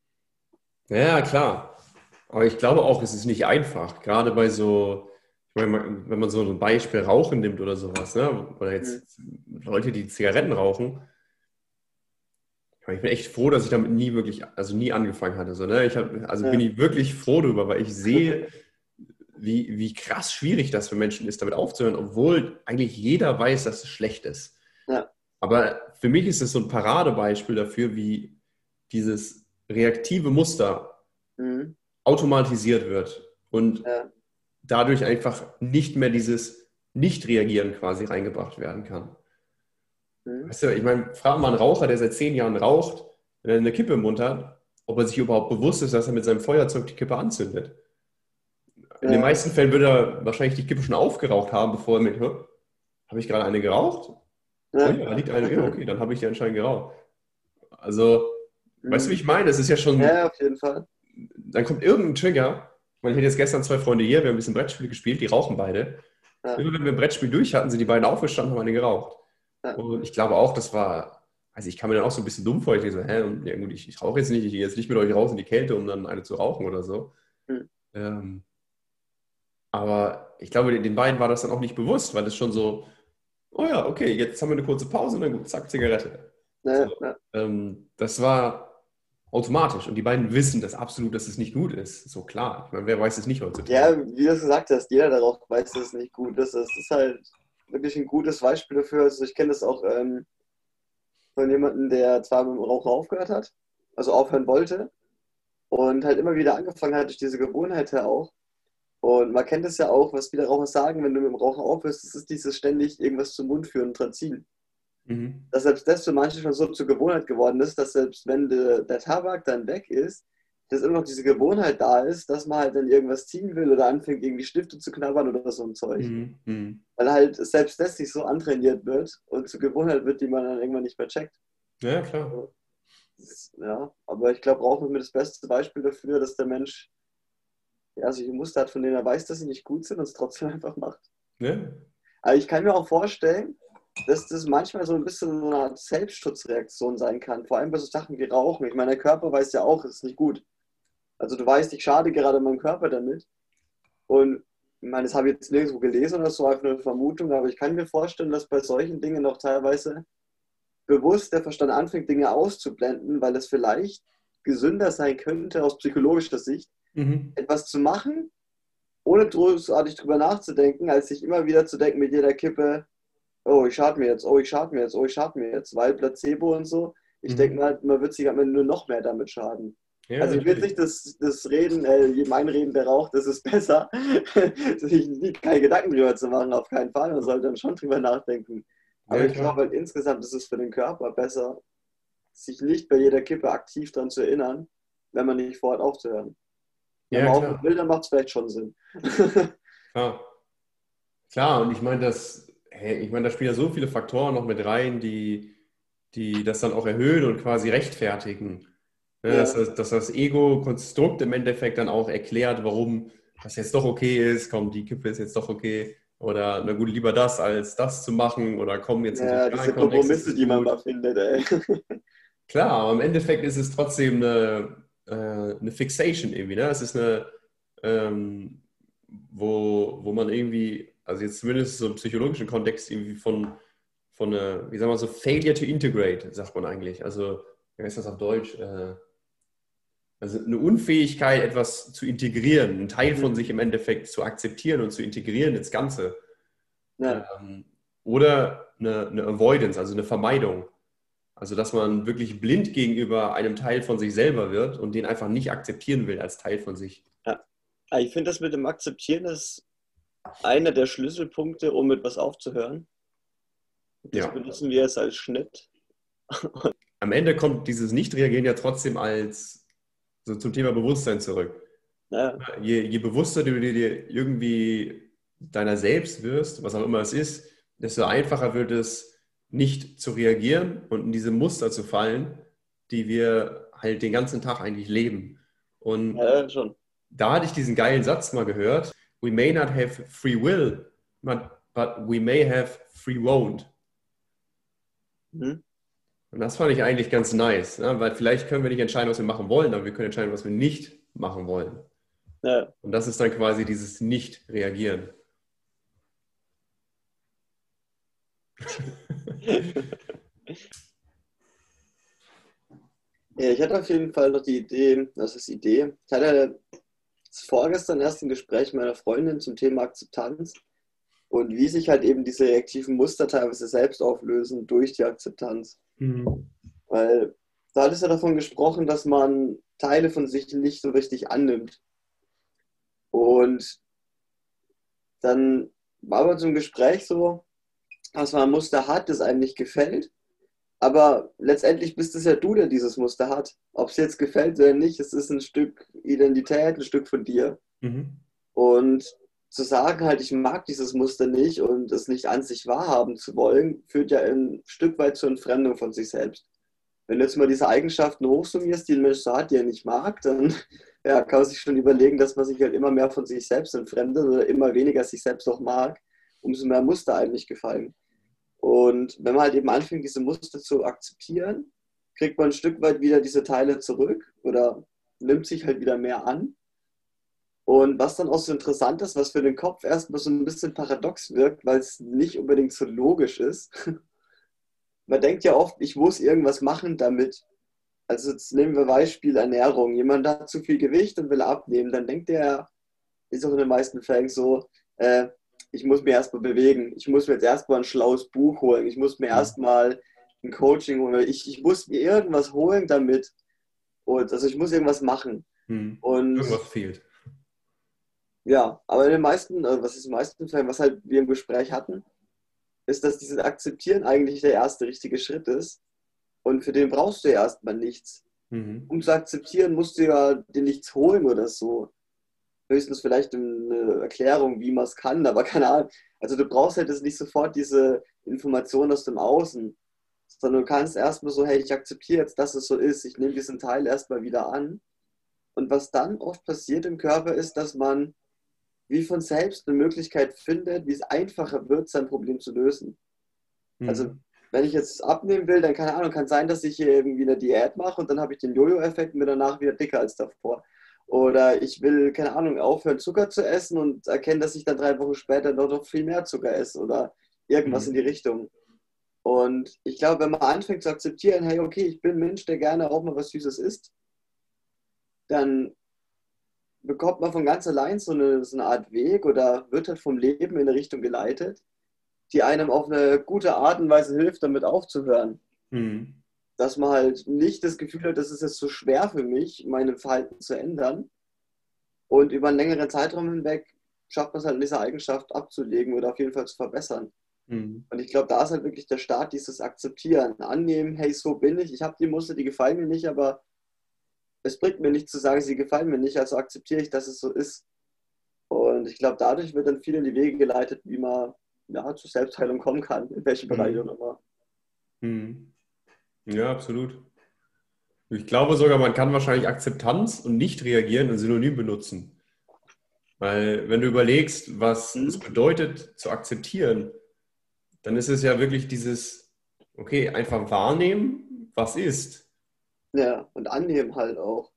Ja, klar. Aber ich glaube auch, es ist nicht einfach. Gerade bei so, ich meine, wenn man so ein Beispiel Rauchen nimmt oder sowas, ne? Oder Mhm. jetzt Leute, die Zigaretten rauchen. Ich bin echt froh, dass ich damit nie wirklich, also nie angefangen hatte. So, ne? Also bin Ja. ich wirklich froh darüber, weil ich sehe, wie krass schwierig das für Menschen ist, damit aufzuhören, obwohl eigentlich jeder weiß, dass es schlecht ist. Ja. Aber für mich ist es so ein Paradebeispiel dafür, wie dieses reaktive Muster Mhm. automatisiert wird und Ja. dadurch einfach nicht mehr dieses Nicht-Reagieren quasi reingebracht werden kann. Mhm. Weißt du, ich meine, frag mal einen Raucher, der seit 10 Jahren raucht, wenn er eine Kippe im Mund hat, ob er sich überhaupt bewusst ist, dass er mit seinem Feuerzeug die Kippe anzündet. In den Ja. meisten Fällen würde er wahrscheinlich die Kippe schon aufgeraucht haben, bevor er mit, habe ich gerade eine geraucht? Oh Ja. ja, da liegt eine, ja, okay, dann habe ich die anscheinend geraucht. Also, weißt du, wie Mhm. ich meine? Das ist ja schon, Ja, auf jeden Fall. dann kommt irgendein Trigger. Ich meine, ich hatte jetzt gestern 2 Freunde hier, wir haben ein bisschen Brettspiel gespielt, die rauchen beide. Ja. Immer wenn wir ein Brettspiel durch hatten, sind die beiden aufgestanden und haben eine geraucht. Ja. Und ich glaube auch, das war, also ich kam mir dann auch so ein bisschen dumm vor. Ich denke so, hä, und, ja gut, ich rauche jetzt nicht, ich gehe jetzt nicht mit euch raus in die Kälte, um dann eine zu rauchen oder so. Mhm. Ähm, aber ich glaube, den beiden war das dann auch nicht bewusst, weil es schon so, oh ja, okay, jetzt haben wir eine kurze Pause und dann gut, zack, Zigarette. So, Ja. Ja. das war automatisch und die beiden wissen das absolut, dass es nicht gut ist. So klar. Ich meine, wer weiß es nicht heutzutage? Ja, wie du es gesagt hast, jeder darauf weiß, dass es nicht gut ist. Es ist halt wirklich ein gutes Beispiel dafür. Also ich kenne das auch von jemandem, der zwar mit dem Rauchen aufgehört hat, also aufhören wollte und halt immer wieder angefangen hat durch diese Gewohnheit her auch. Und man kennt es ja auch, was viele Raucher sagen, wenn du mit dem Rauchen aufhörst, das ist dieses ständig irgendwas zum Mund führen und dran ziehen. Mhm. Dass selbst das für manche schon so zur Gewohnheit geworden ist, dass selbst wenn der Tabak dann weg ist, dass immer noch diese Gewohnheit da ist, dass man halt dann irgendwas ziehen will oder anfängt, irgendwie Stifte zu knabbern oder so ein Zeug. Mhm. Mhm. Weil halt selbst das sich so antrainiert wird und zur Gewohnheit wird, die man dann irgendwann nicht mehr checkt. Ja, klar. So, ja, aber ich glaube, Rauchen ist mir das beste Beispiel dafür, dass der Mensch ja, solche Muster hat, von denen er weiß, dass sie nicht gut sind und es trotzdem einfach macht. Ne? Aber ich kann mir auch vorstellen, dass das manchmal so ein bisschen so eine Art Selbstschutzreaktion sein kann. Vor allem bei so Sachen wie Rauchen. Ich meine, der Körper weiß ja auch, es ist nicht gut. Also du weißt, ich schade gerade meinem Körper damit. Und ich meine, das habe ich jetzt nirgendwo gelesen oder so, einfach nur eine Vermutung, aber ich kann mir vorstellen, dass bei solchen Dingen auch teilweise bewusst der Verstand anfängt, Dinge auszublenden, weil es vielleicht gesünder sein könnte aus psychologischer Sicht, Mhm. etwas zu machen, ohne großartig drüber nachzudenken, als sich immer wieder zu denken mit jeder Kippe, oh, ich schade mir jetzt, oh, ich schade mir jetzt, oh, ich schade mir jetzt, weil Placebo und so. Ich denke Mhm. mal, man wird sich am Ende nur noch mehr damit schaden. Ja, Also ich will jetzt natürlich. nicht das Reden, mein Reden, der raucht, das ist besser. Sich nie keine Gedanken drüber zu machen, auf keinen Fall. Man sollte dann schon drüber nachdenken. Aber Ja, ich glaube klar. halt insgesamt ist es für den Körper besser, sich nicht bei jeder Kippe aktiv daran zu erinnern, wenn man nicht vorhat aufzuhören. Wenn Ja, man aufhören klar. will, dann macht es vielleicht schon Sinn. Klar. Klar, und ich meine, da spielen ja so viele Faktoren noch mit rein, die das dann auch erhöhen und quasi rechtfertigen. Ne, Ja, dass das Ego-Konstrukt im Endeffekt dann auch erklärt, warum das jetzt doch okay ist, komm, die Kippe ist jetzt doch okay. Oder na gut, lieber das als das zu machen. Oder komm, jetzt im ja, sozialen diese Kontext ist Kompromisse, es die man gut. mal findet, ey. Klar, aber im Endeffekt ist es trotzdem eine Fixation irgendwie. Ne? Es ist wo man irgendwie, also jetzt zumindest so im psychologischen Kontext irgendwie von wie sagen wir so, Failure to integrate, sagt man eigentlich. Also, wie heißt das auf Deutsch? Also eine Unfähigkeit, etwas zu integrieren, einen Teil von Mhm. sich im Endeffekt zu akzeptieren und zu integrieren ins Ganze. Ja, Ähm, oder eine Avoidance, also eine Vermeidung. Also, dass man wirklich blind gegenüber einem Teil von sich selber wird und den einfach nicht akzeptieren will als Teil von sich. ja. Aber ich finde, das mit dem Akzeptieren ist einer der Schlüsselpunkte, um mit was aufzuhören. Das Ja. benutzen wir jetzt als Schnitt. Am Ende kommt dieses Nicht-Reagieren ja trotzdem als so zum Thema Bewusstsein zurück. Ja, Je bewusster du dir irgendwie deiner selbst wirst, was auch immer es ist, desto einfacher wird es, nicht zu reagieren und in diese Muster zu fallen, die wir halt den ganzen Tag eigentlich leben. Und ja, schon. da hatte ich diesen geilen Satz mal gehört: We may not have free will, but we may have free won't. Mhm. Und das fand ich eigentlich ganz nice, ne? Weil vielleicht können wir nicht entscheiden, was wir machen wollen, aber wir können entscheiden, was wir nicht machen wollen. Ja. Und das ist dann quasi dieses Nicht-Reagieren. Ja, ich hatte auf jeden Fall noch die Idee, das ist Idee. Ich hatte vorgestern erst ein Gespräch mit meiner Freundin zum Thema Akzeptanz und wie sich halt eben diese reaktiven Muster teilweise selbst auflösen durch die Akzeptanz. Mhm. Weil da hat es ja davon gesprochen, dass man Teile von sich nicht so richtig annimmt. Und dann war aber zum Gespräch so, dass man ein Muster hat, das einem nicht gefällt. Aber letztendlich bist es ja du, der dieses Muster hat. Ob es jetzt gefällt oder nicht, es ist ein Stück Identität, ein Stück von dir. Mhm. Und zu sagen halt, ich mag dieses Muster nicht und es nicht an sich wahrhaben zu wollen, führt ja ein Stück weit zur Entfremdung von sich selbst. Wenn du jetzt mal diese Eigenschaften hochsummierst, die ein Mensch so hat, die er nicht mag, dann ja, kann man sich schon überlegen, dass man sich halt immer mehr von sich selbst entfremdet oder immer weniger sich selbst auch mag, umso mehr Muster einem nicht gefallen. Und wenn man halt eben anfängt, diese Muster zu akzeptieren, kriegt man ein Stück weit wieder diese Teile zurück oder nimmt sich halt wieder mehr an. Und was dann auch so interessant ist, was für den Kopf erstmal so ein bisschen paradox wirkt, weil es nicht unbedingt so logisch ist. Man denkt ja oft, ich muss irgendwas machen damit. Also jetzt nehmen wir Beispiel Ernährung. Jemand hat zu viel Gewicht und will abnehmen, dann denkt er, ist auch in den meisten Fällen so, äh, ich muss mir erstmal bewegen. Ich muss mir jetzt erstmal ein schlaues Buch holen. Ich muss mir Mhm. erstmal ein Coaching holen. Ich muss mir irgendwas holen damit. Und also ich muss irgendwas machen. Mhm. Und Irgendwas fehlt. ja, aber in den meisten, also was ist in den meisten Fällen, was halt wir im Gespräch hatten, ist, dass dieses Akzeptieren eigentlich der erste richtige Schritt ist. Und für den brauchst du ja erstmal nichts. Mhm. Um zu akzeptieren, musst du ja dir nichts holen oder so. Höchstens vielleicht eine Erklärung, wie man es kann, aber keine Ahnung. Also du brauchst halt jetzt nicht sofort diese Information aus dem Außen, sondern du kannst erstmal so, hey, ich akzeptiere jetzt, dass es so ist. Ich nehme diesen Teil erstmal wieder an. Und was dann oft passiert im Körper ist, dass man wie von selbst eine Möglichkeit findet, wie es einfacher wird, sein Problem zu lösen. Also Mhm. wenn ich jetzt abnehmen will, dann keine Ahnung, kann sein, dass ich hier irgendwie eine Diät mache und dann habe ich den Jojo-Effekt und bin danach wieder dicker als davor. Oder ich will, keine Ahnung, aufhören Zucker zu essen und erkenne, dass ich dann 3 Wochen später noch viel mehr Zucker esse oder irgendwas in die Mhm. Richtung. Und ich glaube, wenn man anfängt zu akzeptieren, hey, okay, ich bin ein Mensch, der gerne auch mal was Süßes isst, dann bekommt man von ganz allein so eine Art Weg oder wird halt vom Leben in eine Richtung geleitet, die einem auf eine gute Art und Weise hilft, damit aufzuhören. Mhm. Dass man halt nicht das Gefühl hat, das ist jetzt so schwer für mich, mein Verhalten zu ändern. Und über einen längeren Zeitraum hinweg schafft man es halt, diese Eigenschaft abzulegen oder auf jeden Fall zu verbessern. Mhm. Und ich glaube, da ist halt wirklich der Start, dieses Akzeptieren, annehmen, hey, so bin ich, ich habe die Muster, die gefallen mir nicht, aber es bringt mir nichts zu sagen, sie gefallen mir nicht, also akzeptiere ich, dass es so ist. Und ich glaube, dadurch wird dann viel in die Wege geleitet, wie man ja, zur Selbstheilung kommen kann, in welchem Bereich auch Mhm. immer. Mhm. Ja, absolut. Ich glaube sogar, man kann wahrscheinlich Akzeptanz und nicht reagieren ein Synonym benutzen. Weil wenn du überlegst, was es Mhm. bedeutet zu akzeptieren, dann ist es ja wirklich dieses, okay, einfach wahrnehmen, was ist. Ja, und annehmen halt auch.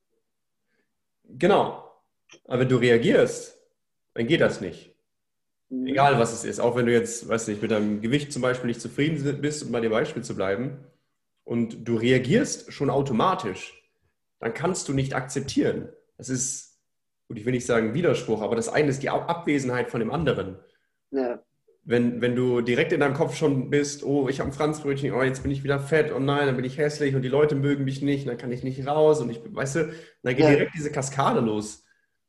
Genau. Aber wenn du reagierst, dann geht das nicht. Mhm. Egal was es ist. Auch wenn du jetzt, weiß nicht, mit deinem Gewicht zum Beispiel nicht zufrieden bist, um bei dem Beispiel zu bleiben, und du reagierst schon automatisch, dann kannst du nicht akzeptieren. Das ist, gut, ich will nicht sagen Widerspruch, aber das eine ist die Abwesenheit von dem anderen. Ja, Wenn du direkt in deinem Kopf schon bist, oh, ich habe ein Franzbrötchen, oh, jetzt bin ich wieder fett, oh nein, dann bin ich hässlich und die Leute mögen mich nicht, dann kann ich nicht raus und ich, weißt du, dann geht ja, direkt diese Kaskade los.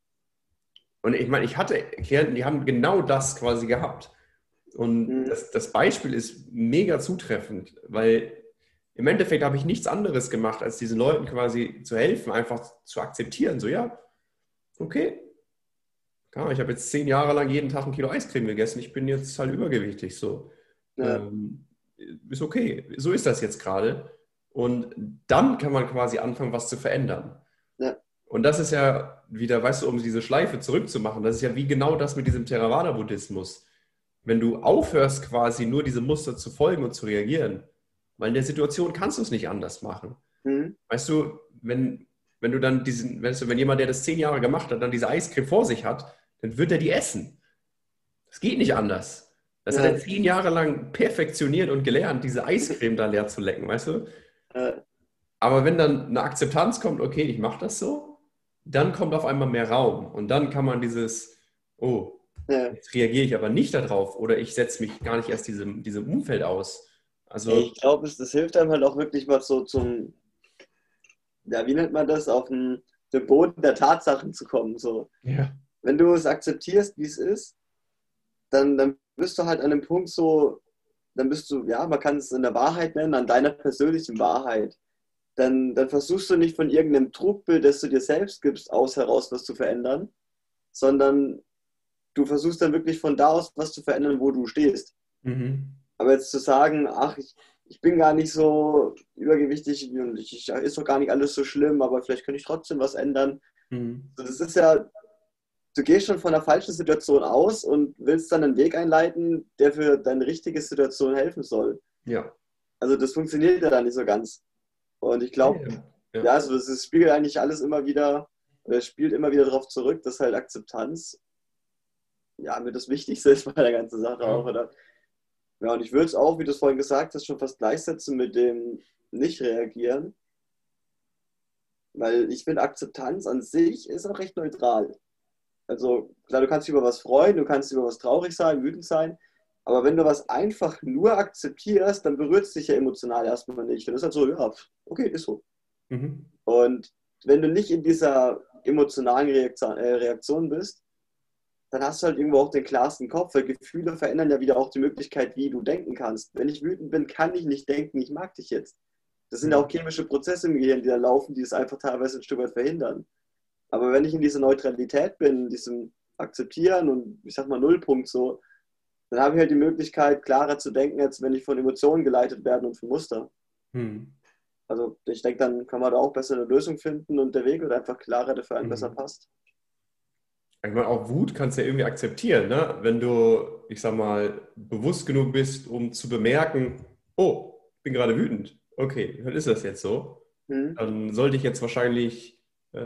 Und ich meine, ich hatte Klienten, die haben genau das quasi gehabt. Und mhm. das Beispiel ist mega zutreffend, weil im Endeffekt habe ich nichts anderes gemacht, als diesen Leuten quasi zu helfen, einfach zu akzeptieren. So, ja, okay, klar, ich habe jetzt 10 Jahre lang jeden Tag ein Kilo Eiscreme gegessen, ich bin jetzt halt übergewichtig. So. Ja, Ähm, ist okay, so ist das jetzt gerade. Und dann kann man quasi anfangen, was zu verändern. ja, Und das ist ja wieder, weißt du, um diese Schleife zurückzumachen, das ist ja wie genau das mit diesem Theravada-Buddhismus. Wenn du aufhörst, quasi nur diese Muster zu folgen und zu reagieren, weil in der Situation kannst du es nicht anders machen. mhm. Weißt du, wenn du dann diesen, weißt du, wenn jemand, der das 10 Jahre gemacht hat, dann diese Eiscreme vor sich hat, dann wird er die essen. Das geht nicht anders. Das hat er Ja, 10 Jahre lang perfektioniert und gelernt, diese Eiscreme da leer zu lecken, weißt du? ja, Aber wenn dann eine Akzeptanz kommt, okay, ich mache das so, dann kommt auf einmal mehr Raum und dann kann man dieses, oh, ja. jetzt reagiere ich aber nicht darauf oder ich setze mich gar nicht erst diesem Umfeld aus. Ja, Also, ich glaube, das hilft einem halt auch wirklich mal so zum, ja, wie nennt man das, auf den Boden der Tatsachen zu kommen. So. ja. Wenn du es akzeptierst, wie es ist, dann bist du halt an einem Punkt so, dann bist du, ja, man kann es in der Wahrheit nennen, an deiner persönlichen Wahrheit. Dann versuchst du nicht von irgendeinem Trugbild, das du dir selbst gibst, aus heraus was zu verändern, sondern du versuchst dann wirklich von da aus was zu verändern, wo du stehst. Mhm. Aber jetzt zu sagen, ach, ich bin gar nicht so übergewichtig und ist doch gar nicht alles so schlimm, aber vielleicht könnte ich trotzdem was ändern. Mhm. So, das ist ja, du gehst schon von der falschen Situation aus und willst dann einen Weg einleiten, der für deine richtige Situation helfen soll. Ja. Also das funktioniert ja dann nicht so ganz. Und ich Ja, glaube, ja. Ja. ja, also es spiegelt eigentlich alles immer wieder, oder es spielt immer wieder darauf zurück, dass halt Akzeptanz ja mit das Wichtigste ist bei der ganzen Sache auch. Ja. Oder? Ja, und ich würde es auch, wie du es vorhin gesagt hast, schon fast gleichsetzen mit dem Nicht-Reagieren, weil ich finde, Akzeptanz an sich ist auch recht neutral. Also klar, du kannst dich über was freuen, du kannst über was traurig sein, wütend sein, aber wenn du was einfach nur akzeptierst, dann berührt es dich ja emotional erstmal nicht. Dann ist halt so, ja, okay, ist so. Mhm. Und wenn du nicht in dieser emotionalen Reaktion bist, dann hast du halt irgendwo auch den klarsten Kopf, weil Gefühle verändern ja wieder auch die Möglichkeit, wie du denken kannst. Wenn ich wütend bin, kann ich nicht denken, ich mag dich jetzt. Das sind ja auch Mhm. chemische Prozesse im Gehirn, die da laufen, die es einfach teilweise ein Stück weit verhindern. Aber wenn ich in dieser Neutralität bin, in diesem Akzeptieren und ich sag mal Nullpunkt so, dann habe ich halt die Möglichkeit, klarer zu denken, als wenn ich von Emotionen geleitet werde und von Muster. Mhm. Also ich denke, dann kann man da auch besser eine Lösung finden und der Weg wird einfach klarer, der für einen besser Mhm. passt. ich meine, auch Wut kannst du ja irgendwie akzeptieren, ne? Wenn du, ich sag mal, bewusst genug bist, um zu bemerken, oh, ich bin gerade wütend. Okay, dann ist das jetzt so. Mhm. Dann sollte ich jetzt wahrscheinlich,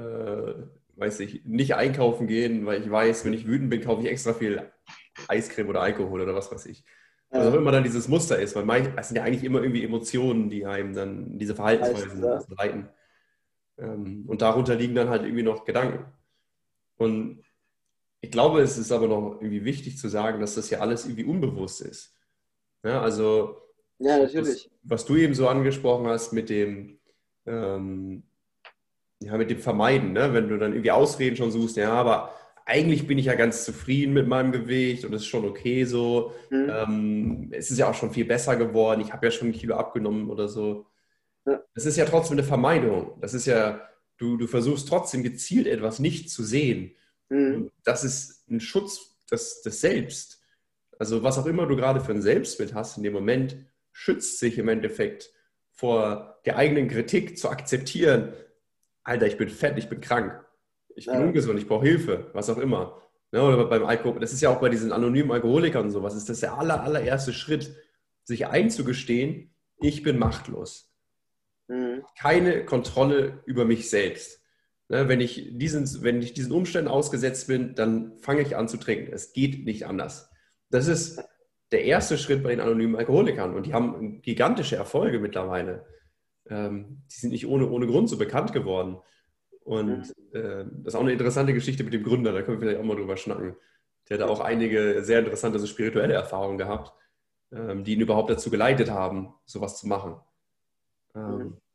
weiß ich, nicht einkaufen gehen, weil ich weiß, wenn ich wütend bin, kaufe ich extra viel Eiscreme oder Alkohol oder was weiß ich. Was auch Ja, immer dann dieses Muster ist, weil es sind ja eigentlich immer irgendwie Emotionen, die einem dann diese meistens, Verhaltensweisen ja. leiten. Und darunter liegen dann halt irgendwie noch Gedanken. Und ich glaube, es ist aber noch irgendwie wichtig zu sagen, dass das ja alles irgendwie unbewusst ist. Ja, also, Ja, was, natürlich. was du eben so angesprochen hast ähm, mit dem Vermeiden, ne? Wenn du dann irgendwie Ausreden schon suchst, ja, aber eigentlich bin ich ja ganz zufrieden mit meinem Gewicht und es ist schon okay so. Mhm. Es ist ja auch schon viel besser geworden, ich habe ja schon 1 Kilo abgenommen oder so. Ja. Das ist ja trotzdem eine Vermeidung. Das ist ja, du versuchst trotzdem gezielt etwas nicht zu sehen. Mhm. Und das ist ein Schutz des Selbst. Also was auch immer du gerade für ein Selbstbild hast in dem Moment, schützt sich im Endeffekt vor der eigenen Kritik zu akzeptieren. Alter, ich bin fett, ich bin krank, ich bin Ja. ungesund, ich brauche Hilfe, was auch immer. Ne, oder beim Alkohol, das ist ja auch bei diesen anonymen Alkoholikern und sowas, ist das der allererste Schritt, sich einzugestehen, ich bin machtlos. Mhm. Keine Kontrolle über mich selbst. Ne, wenn ich diesen Umständen ausgesetzt bin, dann fange ich an zu trinken. Es geht nicht anders. Das ist der erste Schritt bei den anonymen Alkoholikern und die haben gigantische Erfolge mittlerweile. Die sind nicht ohne Grund so bekannt geworden. Und Mhm. das ist auch eine interessante Geschichte mit dem Gründer, da können wir vielleicht auch mal drüber schnacken. Der hat auch einige sehr interessante, so spirituelle Erfahrungen gehabt, die ihn überhaupt dazu geleitet haben, sowas zu machen. Mhm. Ähm,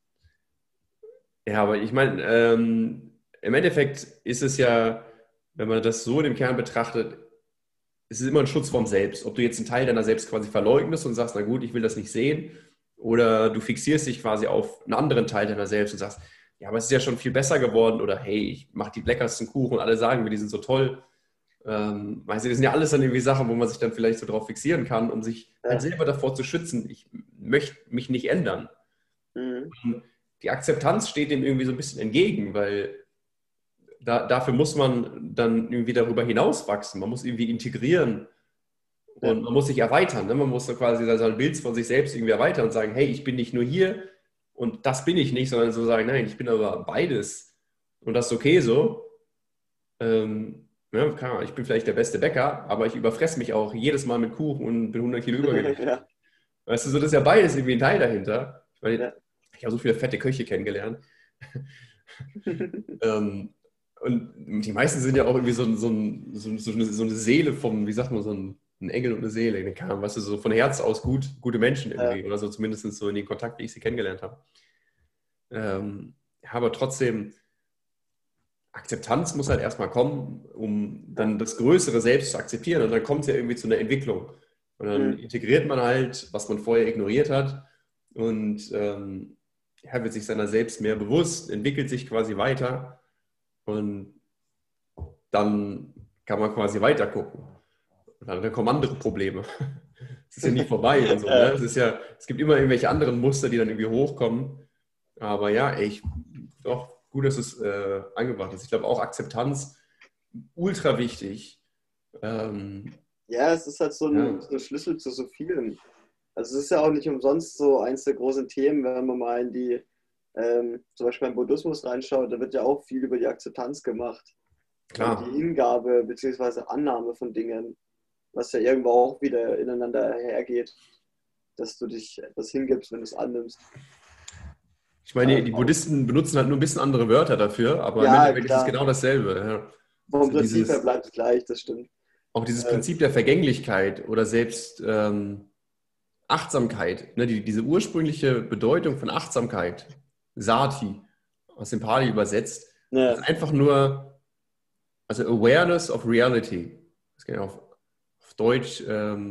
ja, aber ich meine, im Endeffekt ist es ja, wenn man das so in dem Kern betrachtet, es ist immer ein Schutz vom Selbst. Ob du jetzt einen Teil deiner selbst quasi verleugnest und sagst, na gut, ich will das nicht sehen, oder du fixierst dich quasi auf einen anderen Teil deiner selbst und sagst, ja, aber es ist ja schon viel besser geworden, oder hey, ich mache die leckersten Kuchen und alle sagen mir, die sind so toll. Weißt du, das sind ja alles dann irgendwie Sachen, wo man sich dann vielleicht so drauf fixieren kann, um sich halt Ja. selber davor zu schützen. Ich möchte mich nicht ändern. Mhm. Die Akzeptanz steht dem irgendwie so ein bisschen entgegen, weil dafür muss man dann irgendwie darüber hinaus wachsen. Man muss irgendwie integrieren Ja. und man muss sich erweitern. Ne? Man muss so quasi sein Bild von sich selbst irgendwie erweitern und sagen, hey, ich bin nicht nur hier und das bin ich nicht, sondern so sagen, nein, ich bin aber beides. Und das ist okay so. Ja, keine Ahnung, ich bin vielleicht der beste Bäcker, aber ich überfresse mich auch jedes Mal mit Kuchen und bin 100 Kilo Übergewicht. Ja. Weißt du, so das ist ja beides irgendwie ein Teil dahinter. Ich meine, Ja. ich habe so viele fette Köche kennengelernt. Ähm, und die meisten sind ja auch irgendwie so eine Seele vom, wie sagt man, ein Engel und eine Seele. Die kamen, weißt du, so von Herz aus gute Menschen Ja. irgendwie oder so, zumindest so in den Kontakt, wie ich sie kennengelernt habe. Ja, aber trotzdem, Akzeptanz muss halt erstmal kommen, um Ja. dann das größere Selbst zu akzeptieren. Und dann kommt es ja irgendwie zu einer Entwicklung. Und dann Mhm. integriert man halt, was man vorher ignoriert hat und ja, wird sich seiner selbst mehr bewusst, entwickelt sich quasi weiter und dann kann man quasi weiter gucken. Und dann kommen andere Probleme. Es ist ja nie vorbei und so. Ne? Ja. Es gibt immer irgendwelche anderen Muster, die dann irgendwie hochkommen. Aber ja, ey, doch gut, dass es angebracht ist. Ich glaube auch Akzeptanz ultra wichtig. Ähm, Ja, es ist halt ja, so ein Schlüssel zu so vielem. Also es ist ja auch nicht umsonst so eins der großen Themen, wenn man mal in die, zum Beispiel beim Buddhismus reinschaut, da wird ja auch viel über die Akzeptanz gemacht und die klar. Hingabe bzw. Annahme von Dingen, was ja irgendwo auch wieder ineinander hergeht, dass du dich etwas hingibst, wenn du es annimmst. Ich meine, die Buddhisten benutzen halt nur ein bisschen andere Wörter dafür, aber im Ja, Endeffekt ist es klar, genau dasselbe. Ja. vom Also Prinzip her bleibt es gleich, das stimmt. auch dieses Ähm, Prinzip der Vergänglichkeit oder selbst Achtsamkeit, ne, diese ursprüngliche Bedeutung von Achtsamkeit, Sati, aus dem Pali übersetzt, ist ne, einfach nur, also Awareness of Reality. Das kann ja auf Deutsch,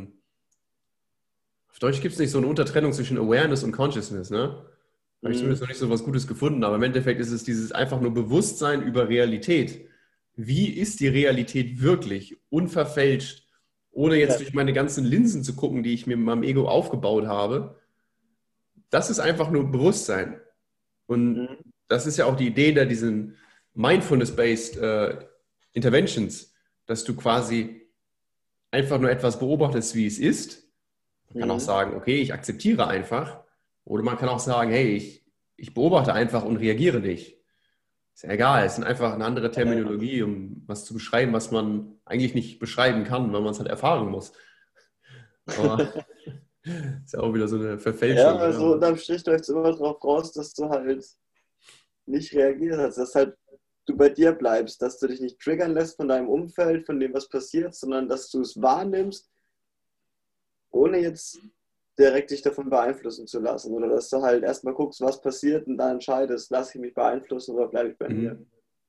auf Deutsch gibt es nicht so eine Untertrennung zwischen Awareness und Consciousness, ne? Habe ich zumindest mh, noch nicht so was Gutes gefunden, aber im Endeffekt ist es dieses einfach nur Bewusstsein über Realität. Wie ist die Realität wirklich, unverfälscht, ohne jetzt ja, durch meine ganzen Linsen zu gucken, die ich mir in meinem Ego aufgebaut habe? Das ist einfach nur Bewusstsein. Und mh, das ist ja auch die Idee der diesen Mindfulness-based Interventions. dass du quasi einfach nur etwas beobachtest, wie es ist. Man kann auch sagen, okay, ich akzeptiere einfach. Oder man kann auch sagen, hey, ich beobachte einfach und reagiere nicht. Ist ja egal, es ist einfach eine andere Terminologie, um was zu beschreiben, was man eigentlich nicht beschreiben kann, weil man es halt erfahren muss. Aber ist ja auch wieder so eine Verfälschung. Ja, also unterm Strich läuft es immer darauf raus, dass du halt nicht reagiert hast, dass halt du bei dir bleibst, dass du dich nicht triggern lässt von deinem Umfeld, von dem, was passiert, sondern dass du es wahrnimmst, ohne jetzt direkt dich davon beeinflussen zu lassen. Oder dass du halt erstmal guckst, was passiert und dann entscheidest, lasse ich mich beeinflussen oder bleibe ich bei mir.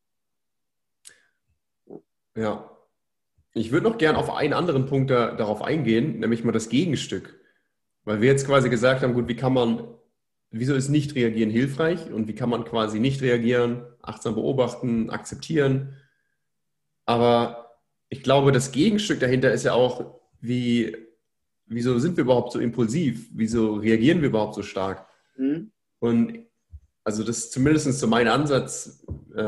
Ja. Ich würde noch gern auf einen anderen Punkt darauf eingehen, nämlich mal das Gegenstück. Weil wir jetzt quasi gesagt haben, gut, wieso ist nicht reagieren hilfreich und wie kann man quasi nicht reagieren, achtsam beobachten, akzeptieren. Aber ich glaube, das Gegenstück dahinter ist ja auch, wieso sind wir überhaupt so impulsiv? Wieso reagieren wir überhaupt so stark? Mhm. Und also das ist zumindest so mein Ansatz,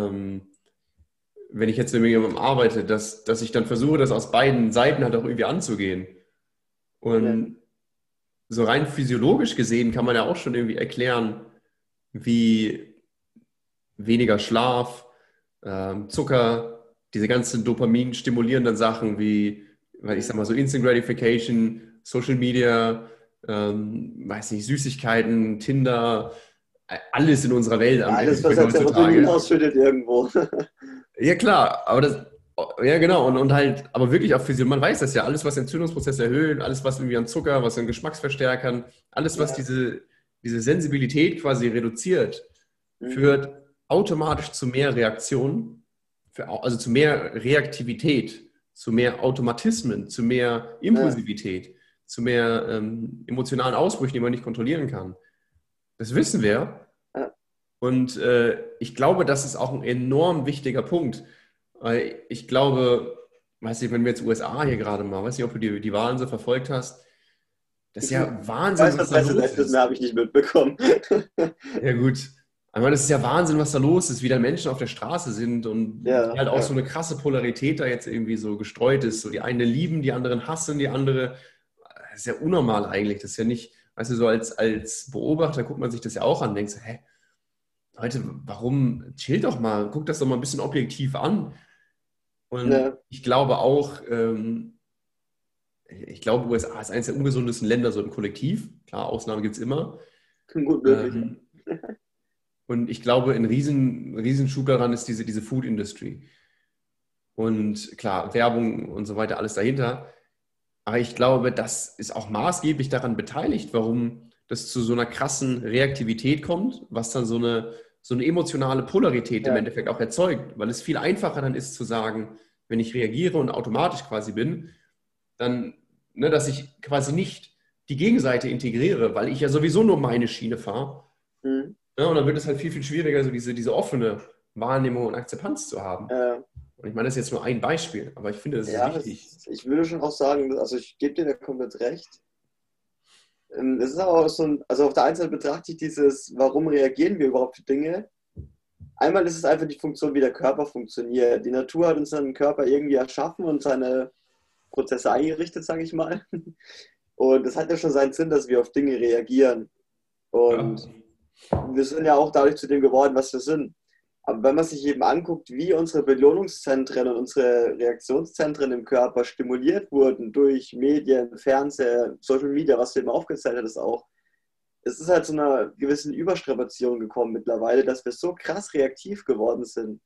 wenn ich jetzt mit jemandem arbeite, dass ich dann versuche, das aus beiden Seiten halt auch irgendwie anzugehen. Und so rein physiologisch gesehen kann man ja auch schon irgendwie erklären, wie weniger Schlaf, Zucker, diese ganzen Dopamin-stimulierenden Sachen wie, weil ich sag mal so Instant Gratification, Social Media, weiß nicht, Süßigkeiten, Tinder, alles in unserer Welt am Alles, was Endeffekt als Serotonin heutzutage. ausschüttet irgendwo. Ja, klar, ja, genau, und halt, aber wirklich auch Physio, man weiß das ja, alles, was Entzündungsprozesse erhöht, alles, was irgendwie an Zucker, was an Geschmacksverstärkern, alles, was diese Sensibilität quasi reduziert, führt automatisch zu mehr Reaktionen, also zu mehr Reaktivität, zu mehr Automatismen, zu mehr Impulsivität, zu mehr emotionalen Ausbrüchen, die man nicht kontrollieren kann. Das wissen wir. Und ich glaube, das ist auch ein enorm wichtiger Punkt. Weil ich glaube, weiß nicht, wenn wir jetzt USA hier gerade mal, weiß nicht, ob du die Wahlen so verfolgt hast, das ist ja Ich Wahnsinn, weiß, was was da los Präsident ist, ist. mehr habe ich nicht mitbekommen. Ja, gut. Ich meine, das ist ja Wahnsinn, was da los ist, wie da Menschen auf der Straße sind und wie Ja, halt auch so eine krasse Polarität da jetzt irgendwie so gestreut ist. So die einen lieben, die anderen hassen, die andere. Das ist ja unnormal eigentlich. Das ist ja nicht, weißt du, so als Beobachter guckt man sich das ja auch an und denkt so, hä, Leute, warum chill doch mal, guck das doch mal ein bisschen objektiv an. Und ja, ich glaube auch, ich glaube, USA ist eines der ungesundesten Länder so im Kollektiv. Klar, Ausnahmen gibt es immer. gut möglich. Ähm, und ich glaube, ein Riesenschub daran ist diese Food Industry. Und klar, Werbung und so weiter, alles dahinter. Aber ich glaube, das ist auch maßgeblich daran beteiligt, warum das zu so einer krassen Reaktivität kommt, was dann so eine emotionale Polarität im Ja, Endeffekt auch erzeugt. Weil es viel einfacher dann ist zu sagen, wenn ich reagiere und automatisch quasi bin, dann, ne, dass ich quasi nicht die Gegenseite integriere, weil ich ja sowieso nur meine Schiene fahre. mhm. Ja, und dann wird es halt viel, viel schwieriger, so diese offene Wahrnehmung und Akzeptanz zu haben. äh, Und ich meine, das ist jetzt nur ein Beispiel, aber ich finde, das ist ja, wichtig. ich würde schon auch sagen, also ich gebe dir da komplett recht. Es ist aber auch so ein, also auf der einen Seite betrachte ich dieses, warum reagieren wir überhaupt für Dinge? Einmal ist es einfach die Funktion, wie der Körper funktioniert. Die Natur hat uns seinen Körper irgendwie erschaffen und seine Prozesse eingerichtet, sage ich mal. Und es hat ja schon seinen Sinn, dass wir auf Dinge reagieren. Ja. Und wir sind ja auch dadurch zu dem geworden, was wir sind. Aber wenn man sich eben anguckt, wie unsere Belohnungszentren und unsere Reaktionszentren im Körper stimuliert wurden durch Medien, Fernsehen, Social Media, was du eben aufgezählt hattest auch, es ist halt zu einer gewissen Überstrapazierung gekommen mittlerweile, dass wir so krass reaktiv geworden sind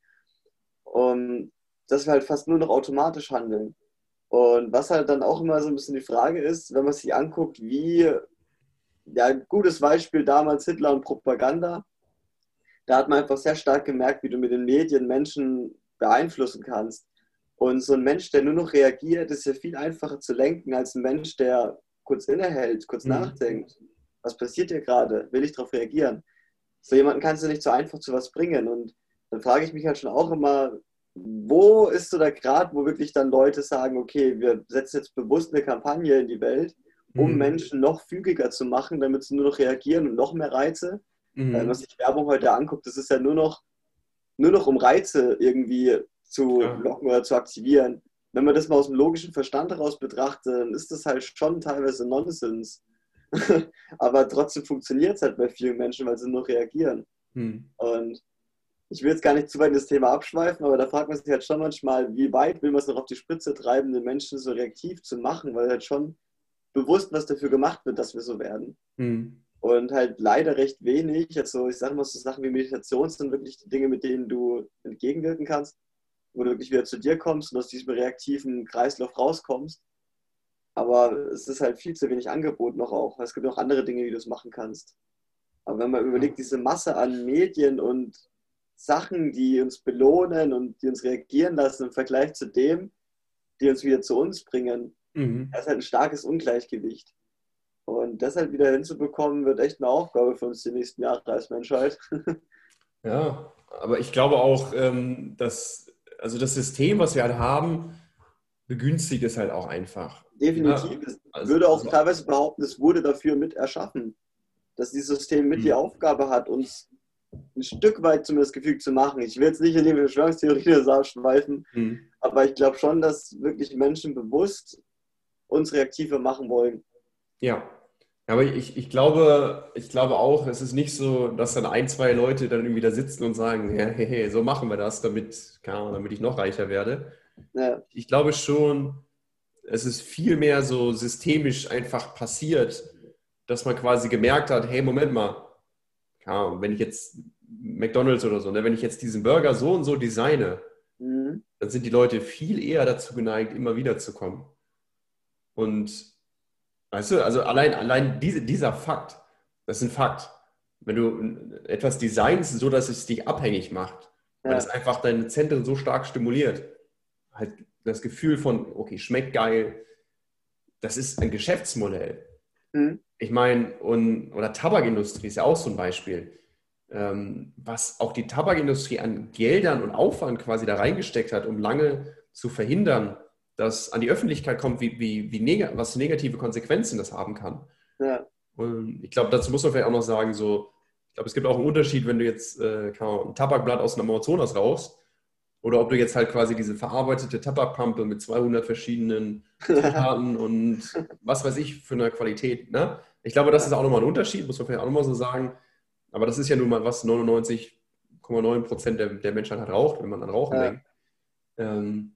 und dass wir halt fast nur noch automatisch handeln. Und was halt dann auch immer so ein bisschen die Frage ist, wenn man sich anguckt, wie, ja, ein gutes Beispiel damals Hitler und Propaganda, da hat man einfach sehr stark gemerkt, wie du mit den Medien Menschen beeinflussen kannst. Und so ein Mensch, der nur noch reagiert, ist ja viel einfacher zu lenken als ein Mensch, der kurz innehält, kurz Mhm. nachdenkt. Was passiert hier gerade? Will ich darauf reagieren? So jemanden kannst du nicht so einfach zu was bringen. Und dann frage ich mich halt schon auch immer, wo ist so der Grad, wo wirklich dann Leute sagen, okay, wir setzen jetzt bewusst eine Kampagne in die Welt, um Mhm. Menschen noch fügiger zu machen, damit sie nur noch reagieren und noch mehr Reize. Wenn man Mhm. sich Werbung heute anguckt, das ist ja nur noch um Reize irgendwie zu Klar. locken oder zu aktivieren. wenn man das mal aus dem logischen Verstand heraus betrachtet, dann ist das halt schon teilweise Nonsens. Aber trotzdem funktioniert es halt bei vielen Menschen, weil sie nur reagieren. Hm. Und ich will jetzt gar nicht zu weit in das Thema abschweifen, aber da fragt man sich halt schon manchmal, wie weit will man es noch auf die Spitze treiben, den Menschen so reaktiv zu machen, weil halt schon bewusst was dafür gemacht wird, dass wir so werden. Hm. Und halt leider recht wenig. Also ich sage mal, so Sachen wie Meditation sind wirklich die Dinge, mit denen du entgegenwirken kannst, wo du wirklich wieder zu dir kommst und aus diesem reaktiven Kreislauf rauskommst. Aber es ist halt viel zu wenig Angebot noch auch. Es gibt auch andere Dinge, wie du es machen kannst. Aber wenn man überlegt, diese Masse an Medien und Sachen, die uns belohnen und die uns reagieren lassen im Vergleich zu dem, die uns wieder zu uns bringen, Mhm. das ist halt ein starkes Ungleichgewicht. Und das halt wieder hinzubekommen, wird echt eine Aufgabe für uns die nächsten Jahre als Menschheit. Ja, aber ich glaube auch, also das System, was wir halt haben, begünstigt es halt auch einfach. Ja, Definitiv. Ich würde auch also, teilweise behaupten, es wurde dafür mit erschaffen, dass dieses System mit die hm, Aufgabe hat, uns ein Stück weit zumindest gefügt zu machen. Ich will jetzt nicht in die Verschwörungstheorie abschweifen, hm. aber ich glaube schon, dass wirklich Menschen bewusst uns reaktiver machen wollen. Ja, aber ich glaube auch, es ist nicht so, dass dann ein, zwei Leute dann irgendwie da sitzen und sagen, ja, hey, hey, so machen wir das, keine Ahnung, damit ich noch reicher werde. Ja. Ich glaube schon, es ist viel mehr so systemisch einfach passiert, dass man quasi gemerkt hat, hey, Moment mal, keine Ahnung, wenn ich jetzt McDonald's oder so, ne, wenn ich jetzt diesen Burger so und so designe, Mhm. dann sind die Leute viel eher dazu geneigt, immer wieder zu kommen. Und weißt du, also allein dieser Fakt, das ist ein Fakt. Wenn du etwas designst, so dass es dich abhängig macht, weil es Ja. einfach deine Zentren so stark stimuliert, halt das Gefühl von, okay, schmeckt geil, das ist ein Geschäftsmodell. Mhm. Ich meine, oder Tabakindustrie ist ja auch so ein Beispiel. Was auch die Tabakindustrie an Geldern und Aufwand quasi da reingesteckt hat, um lange zu verhindern, dass an die Öffentlichkeit kommt, was negative Konsequenzen das haben kann. Ja. Und ich glaube, dazu muss man vielleicht auch noch sagen, so, ich glaube, es gibt auch einen Unterschied, wenn du jetzt keine Ahnung, ein Tabakblatt aus dem Amazonas rauchst oder ob du jetzt halt quasi diese verarbeitete Tabakpampe mit 200 verschiedenen Zutaten und was weiß ich für eine Qualität. Ne? Ich glaube, das ist Ja. auch nochmal ein Unterschied, muss man vielleicht auch nochmal so sagen. Aber das ist ja nun mal, was 99,9% der Menschheit halt raucht, wenn man an Rauchen Ja. denkt. Ähm,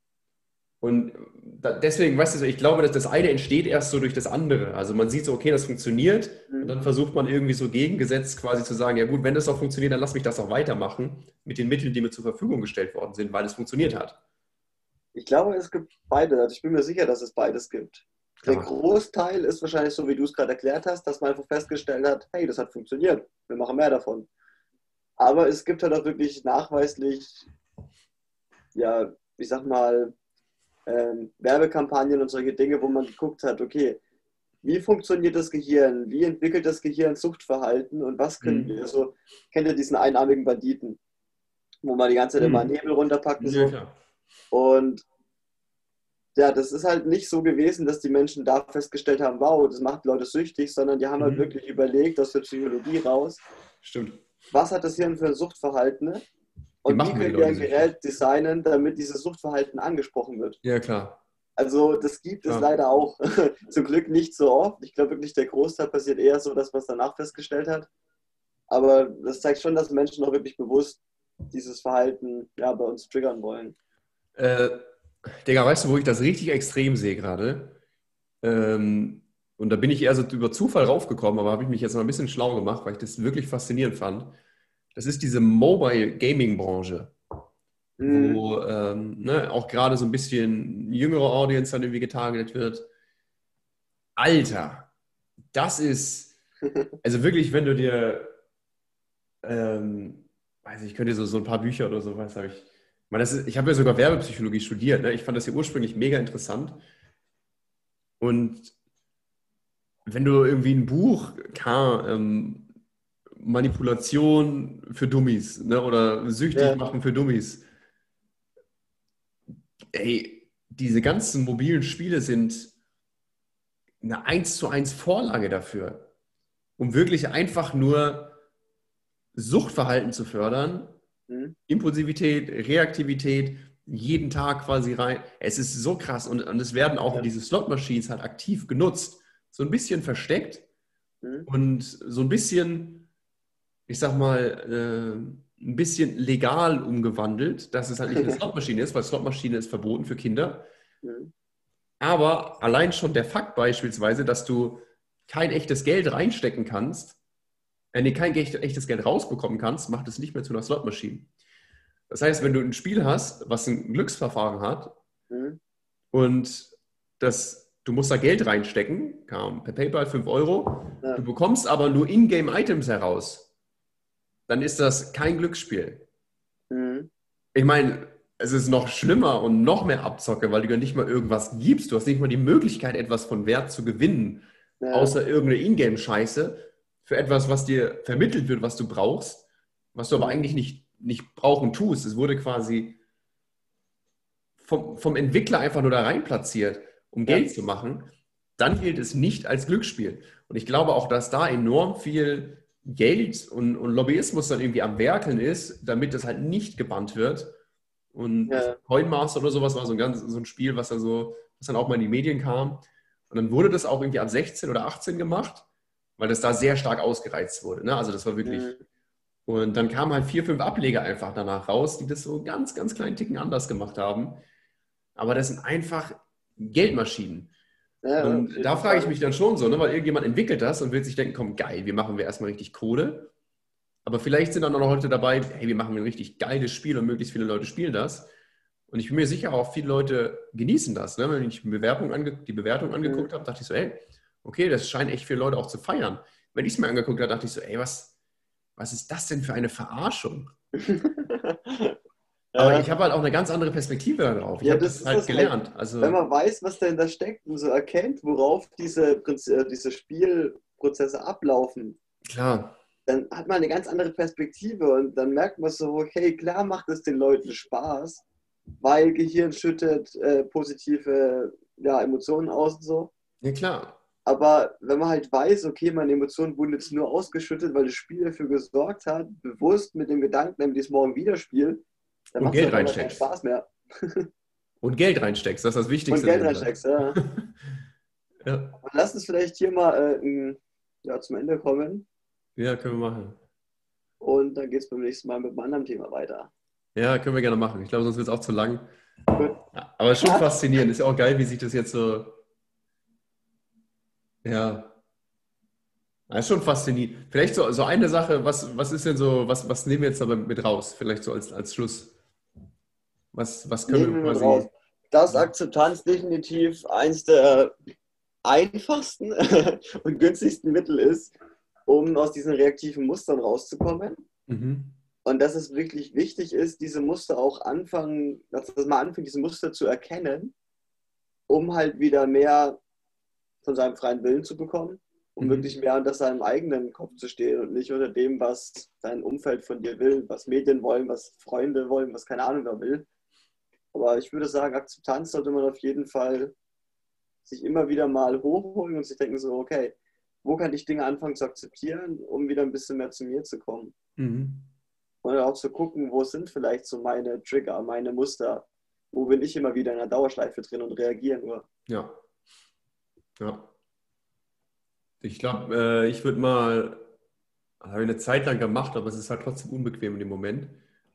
und deswegen, weißt du, so, ich glaube, dass das eine entsteht erst so durch das andere. Also man sieht so, okay, das funktioniert und Mhm. dann versucht man irgendwie so gegengesetzt quasi zu sagen, ja gut, wenn das auch funktioniert, dann lass mich das auch weitermachen mit den Mitteln, die mir zur Verfügung gestellt worden sind, weil es funktioniert hat. Ich glaube, es gibt beide. Also ich bin mir sicher, dass es beides gibt. Der Ja. Großteil ist wahrscheinlich so, wie du es gerade erklärt hast, dass man einfach festgestellt hat, hey, das hat funktioniert. Wir machen mehr davon. Aber es gibt halt auch wirklich nachweislich, ja, ich sag mal, Werbekampagnen und solche Dinge, wo man geguckt hat, okay, wie funktioniert das Gehirn? Wie entwickelt das Gehirn Suchtverhalten? Und was können Hm. wir so, kennt ihr diesen einarmigen Banditen, wo man die ganze Zeit immer einen Hm. Nebel runterpackt und Ja, so. klar. Und ja, das ist halt nicht so gewesen, dass die Menschen da festgestellt haben, wow, das macht Leute süchtig, sondern die haben halt Mhm. wirklich überlegt aus der Psychologie raus, Stimmt. was hat das Hirn für ein Suchtverhalten, ne? Wie Und wie machen wir die können wir Leute ein süchtig? Gerät designen, damit dieses Suchtverhalten angesprochen wird. Ja, klar. Also das gibt es Klar. leider auch. Zum Glück nicht so oft. Ich glaube wirklich, der Großteil passiert eher so, dass man es danach festgestellt hat. Aber das zeigt schon, dass Menschen auch wirklich bewusst dieses Verhalten ja, bei uns triggern wollen. Äh, Digga, weißt du, wo ich das richtig extrem sehe gerade? Und da bin ich eher so über Zufall raufgekommen, aber habe ich mich jetzt mal ein bisschen schlau gemacht, weil ich das wirklich faszinierend fand. Das ist diese Mobile Gaming Branche, Mhm. wo ne, auch gerade so ein bisschen jüngere Audience dann irgendwie getargetet wird. Alter, das ist, also wirklich, wenn du dir, weiß ich, ich könnte dir so ein paar Bücher oder sowas, habe ich habe ja sogar Werbepsychologie studiert, ne? Ich fand das ja ursprünglich mega interessant. Und wenn du irgendwie ein Buch, Manipulation für Dummies, ne, oder süchtig Ja. machen für Dummies, ey, diese ganzen mobilen Spiele sind eine 1:1 Vorlage dafür, um wirklich einfach nur Suchtverhalten zu fördern, Mhm. Impulsivität, Reaktivität. jeden Tag quasi rein. Es ist so krass und es werden auch diese Slot-Machines halt aktiv genutzt. So ein bisschen versteckt und so ein bisschen, ich sag mal, ein bisschen legal umgewandelt, dass es halt nicht eine Slotmaschine ist, weil Slotmaschine ist verboten für Kinder. Aber allein schon der Fakt beispielsweise, dass du kein echtes Geld reinstecken kannst, kein echtes Geld rausbekommen kannst, macht es nicht mehr zu einer Slotmaschine. Das heißt, wenn du ein Spiel hast, was ein Glücksverfahren hat und du musst da Geld reinstecken, per PayPal 5 Euro, du bekommst aber nur Ingame-Items heraus, dann ist das kein Glücksspiel. Ich meine, es ist noch schlimmer und noch mehr Abzocke, weil du ja nicht mal irgendwas gibst. Du hast nicht mal die Möglichkeit, etwas von Wert zu gewinnen, außer irgendeine Ingame-Scheiße für etwas, was dir vermittelt wird, was du brauchst, was du aber eigentlich nicht brauchen tust. Es wurde quasi vom Entwickler einfach nur da rein platziert, um Geld zu machen. Dann gilt es nicht als Glücksspiel. Und ich glaube auch, dass da enorm viel Geld und Lobbyismus dann irgendwie am Werkeln ist, damit das halt nicht gebannt wird. Und Coinmaster oder sowas war so ein Spiel, was dann auch mal in die Medien kam. Und dann wurde das auch irgendwie ab 16 oder 18 gemacht, weil das da sehr stark ausgereizt wurde. Ne? Also das war wirklich... Und dann kamen halt 4, 5 Ableger einfach danach raus, die das so ganz, ganz kleinen Ticken anders gemacht haben. Aber das sind einfach Geldmaschinen. Und da frage ich mich dann schon so, ne? Weil irgendjemand entwickelt das und will sich denken, komm, geil, wir machen erstmal richtig Kohle. Aber vielleicht sind dann auch noch Leute dabei, hey, wir machen ein richtig geiles Spiel und möglichst viele Leute spielen das. Und ich bin mir sicher, auch viele Leute genießen das. Ne? Wenn ich die Bewertung angeguckt habe, dachte ich so, ey, okay, das scheinen echt viele Leute auch zu feiern. Wenn ich es mir angeguckt habe, dachte ich so, ey, was ist das denn für eine Verarschung? Aber ich habe halt auch eine ganz andere Perspektive darauf. Ich habe das halt gelernt. Also, wenn man weiß, was dahinter steckt und so erkennt, worauf diese Spielprozesse ablaufen, klar. Dann hat man eine ganz andere Perspektive und dann merkt man so, okay, klar macht es den Leuten Spaß, weil Gehirn schüttet positive Emotionen aus und so. Ja, klar. Aber wenn man halt weiß, okay, meine Emotionen wurden jetzt nur ausgeschüttet, weil das Spiel dafür gesorgt hat, bewusst mit dem Gedanken, damit ich es morgen wieder spiele, dann macht es keinen Spaß mehr. Und Geld reinsteckst, das ist das Wichtigste. Und Geld reinsteckst, ja. Aber lass uns vielleicht hier mal zum Ende kommen. Ja, können wir machen. Und dann geht es beim nächsten Mal mit einem anderen Thema weiter. Ja, können wir gerne machen. Ich glaube, sonst wird es auch zu lang. Gut. Ja, aber schon faszinierend. Ist ja auch geil, wie sich das jetzt so... Ja. Das ist schon faszinierend. Vielleicht so eine Sache, was ist denn so, was nehmen wir jetzt aber mit raus? Vielleicht so als Schluss. Was können wir quasi... raus? Dass Akzeptanz definitiv eins der einfachsten und günstigsten Mittel ist, um aus diesen reaktiven Mustern rauszukommen. Und dass es wirklich wichtig ist, diese Muster auch dass man anfängt, diese Muster zu erkennen, um halt wieder mehr von seinem freien Willen zu bekommen, um wirklich mehr unter seinem eigenen Kopf zu stehen und nicht unter dem, was dein Umfeld von dir will, was Medien wollen, was Freunde wollen, was keine Ahnung wer will. Aber ich würde sagen, Akzeptanz sollte man auf jeden Fall sich immer wieder mal hochholen und sich denken so, okay, wo kann ich Dinge anfangen zu akzeptieren, um wieder ein bisschen mehr zu mir zu kommen. Und auch zu gucken, wo sind vielleicht so meine Trigger, meine Muster, wo bin ich immer wieder in einer Dauerschleife drin und reagiere nur. Ja. Ich glaube, ich würde mal, habe ich eine Zeit lang gemacht, aber es ist halt trotzdem unbequem in dem Moment,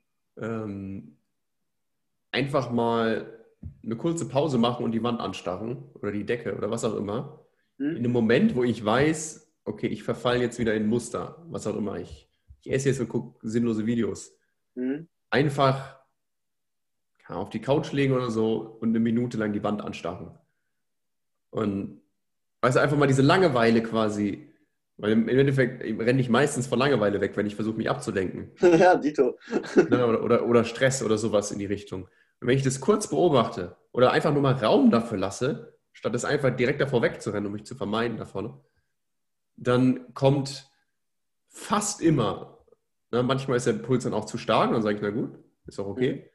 einfach mal eine kurze Pause machen und die Wand anstarren oder die Decke oder was auch immer. In einem Moment, wo ich weiß, okay, ich verfalle jetzt wieder in Muster, was auch immer. Ich esse jetzt und gucke sinnlose Videos. Einfach auf die Couch legen oder so und eine Minute lang die Wand anstarren. Und weißt du, einfach mal diese Langeweile quasi, weil im Endeffekt renne ich meistens vor Langeweile weg, wenn ich versuche, mich abzulenken. Ja, Dito. Oder Stress oder sowas in die Richtung. Und wenn ich das kurz beobachte oder einfach nur mal Raum dafür lasse, statt es einfach direkt davor wegzurennen, um mich zu vermeiden davon, dann kommt fast immer, manchmal ist der Puls dann auch zu stark und dann sage ich, na gut, ist auch okay.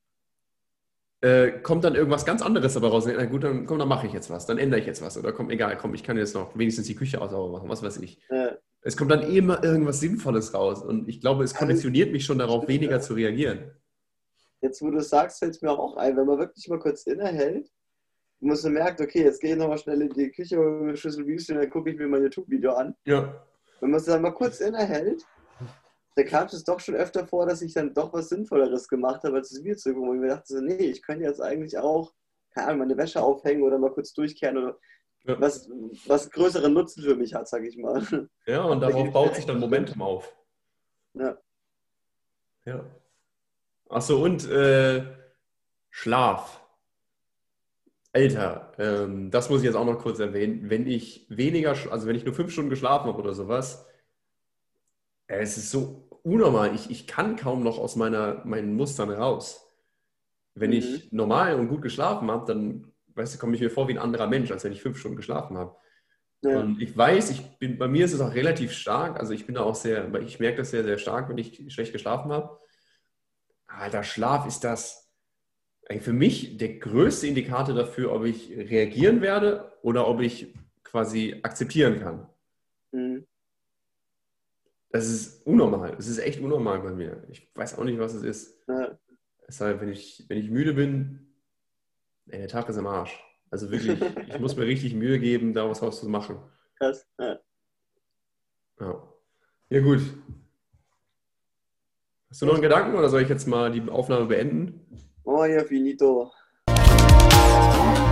Kommt dann irgendwas ganz anderes dabei raus. Na gut, dann mache ich jetzt was, dann ändere ich jetzt was. Oder ich kann jetzt noch wenigstens die Küche sauber machen, was weiß ich. Es kommt dann immer irgendwas Sinnvolles raus. Und ich glaube, es konditioniert mich schon darauf, weniger zu reagieren. Jetzt, wo du es sagst, fällt es mir auch ein, wenn man wirklich mal kurz innehält, und man so merkt, okay, jetzt gehe ich nochmal schnell in die Küche, hole mir eine Schüssel Müsli und dann gucke ich mir mein YouTube-Video an. Ja. Wenn man es dann mal kurz innehält, dann kam es doch schon öfter vor, dass ich dann doch was Sinnvolleres gemacht habe, als das Video zu gucken. Und ich mir dachte so, nee, ich könnte jetzt eigentlich auch, keine Ahnung, meine Wäsche aufhängen oder mal kurz durchkehren oder Ja. was größeren Nutzen für mich hat, sag ich mal. Ja, und darauf baut sich dann Momentum auf. Ja. Ja. Achso, und Schlaf. Alter, das muss ich jetzt auch noch kurz erwähnen. Wenn ich wenn ich nur 5 Stunden geschlafen habe oder sowas, es ist so unnormal. Ich kann kaum noch aus meinen Mustern raus. Wenn ich normal und gut geschlafen habe, dann, weißt du, komme ich mir vor wie ein anderer Mensch, als wenn ich 5 Stunden geschlafen habe. Ja. Und ich weiß, bei mir ist es auch relativ stark. Also ich bin da auch ich merke das sehr, sehr stark, wenn ich schlecht geschlafen habe. Alter, Schlaf ist das eigentlich für mich der größte Indikator dafür, ob ich reagieren werde oder ob ich quasi akzeptieren kann. Mhm. Das ist unnormal. Das ist echt unnormal bei mir. Ich weiß auch nicht, was es ist. Ja. Deshalb, wenn ich müde bin, ey, der Tag ist am Arsch. Also wirklich, ich muss mir richtig Mühe geben, da was draus zu machen. Krass. Ja. Ja. Ja, gut. Hast du noch einen Gedanken oder soll ich jetzt mal die Aufnahme beenden? Oh ja, finito.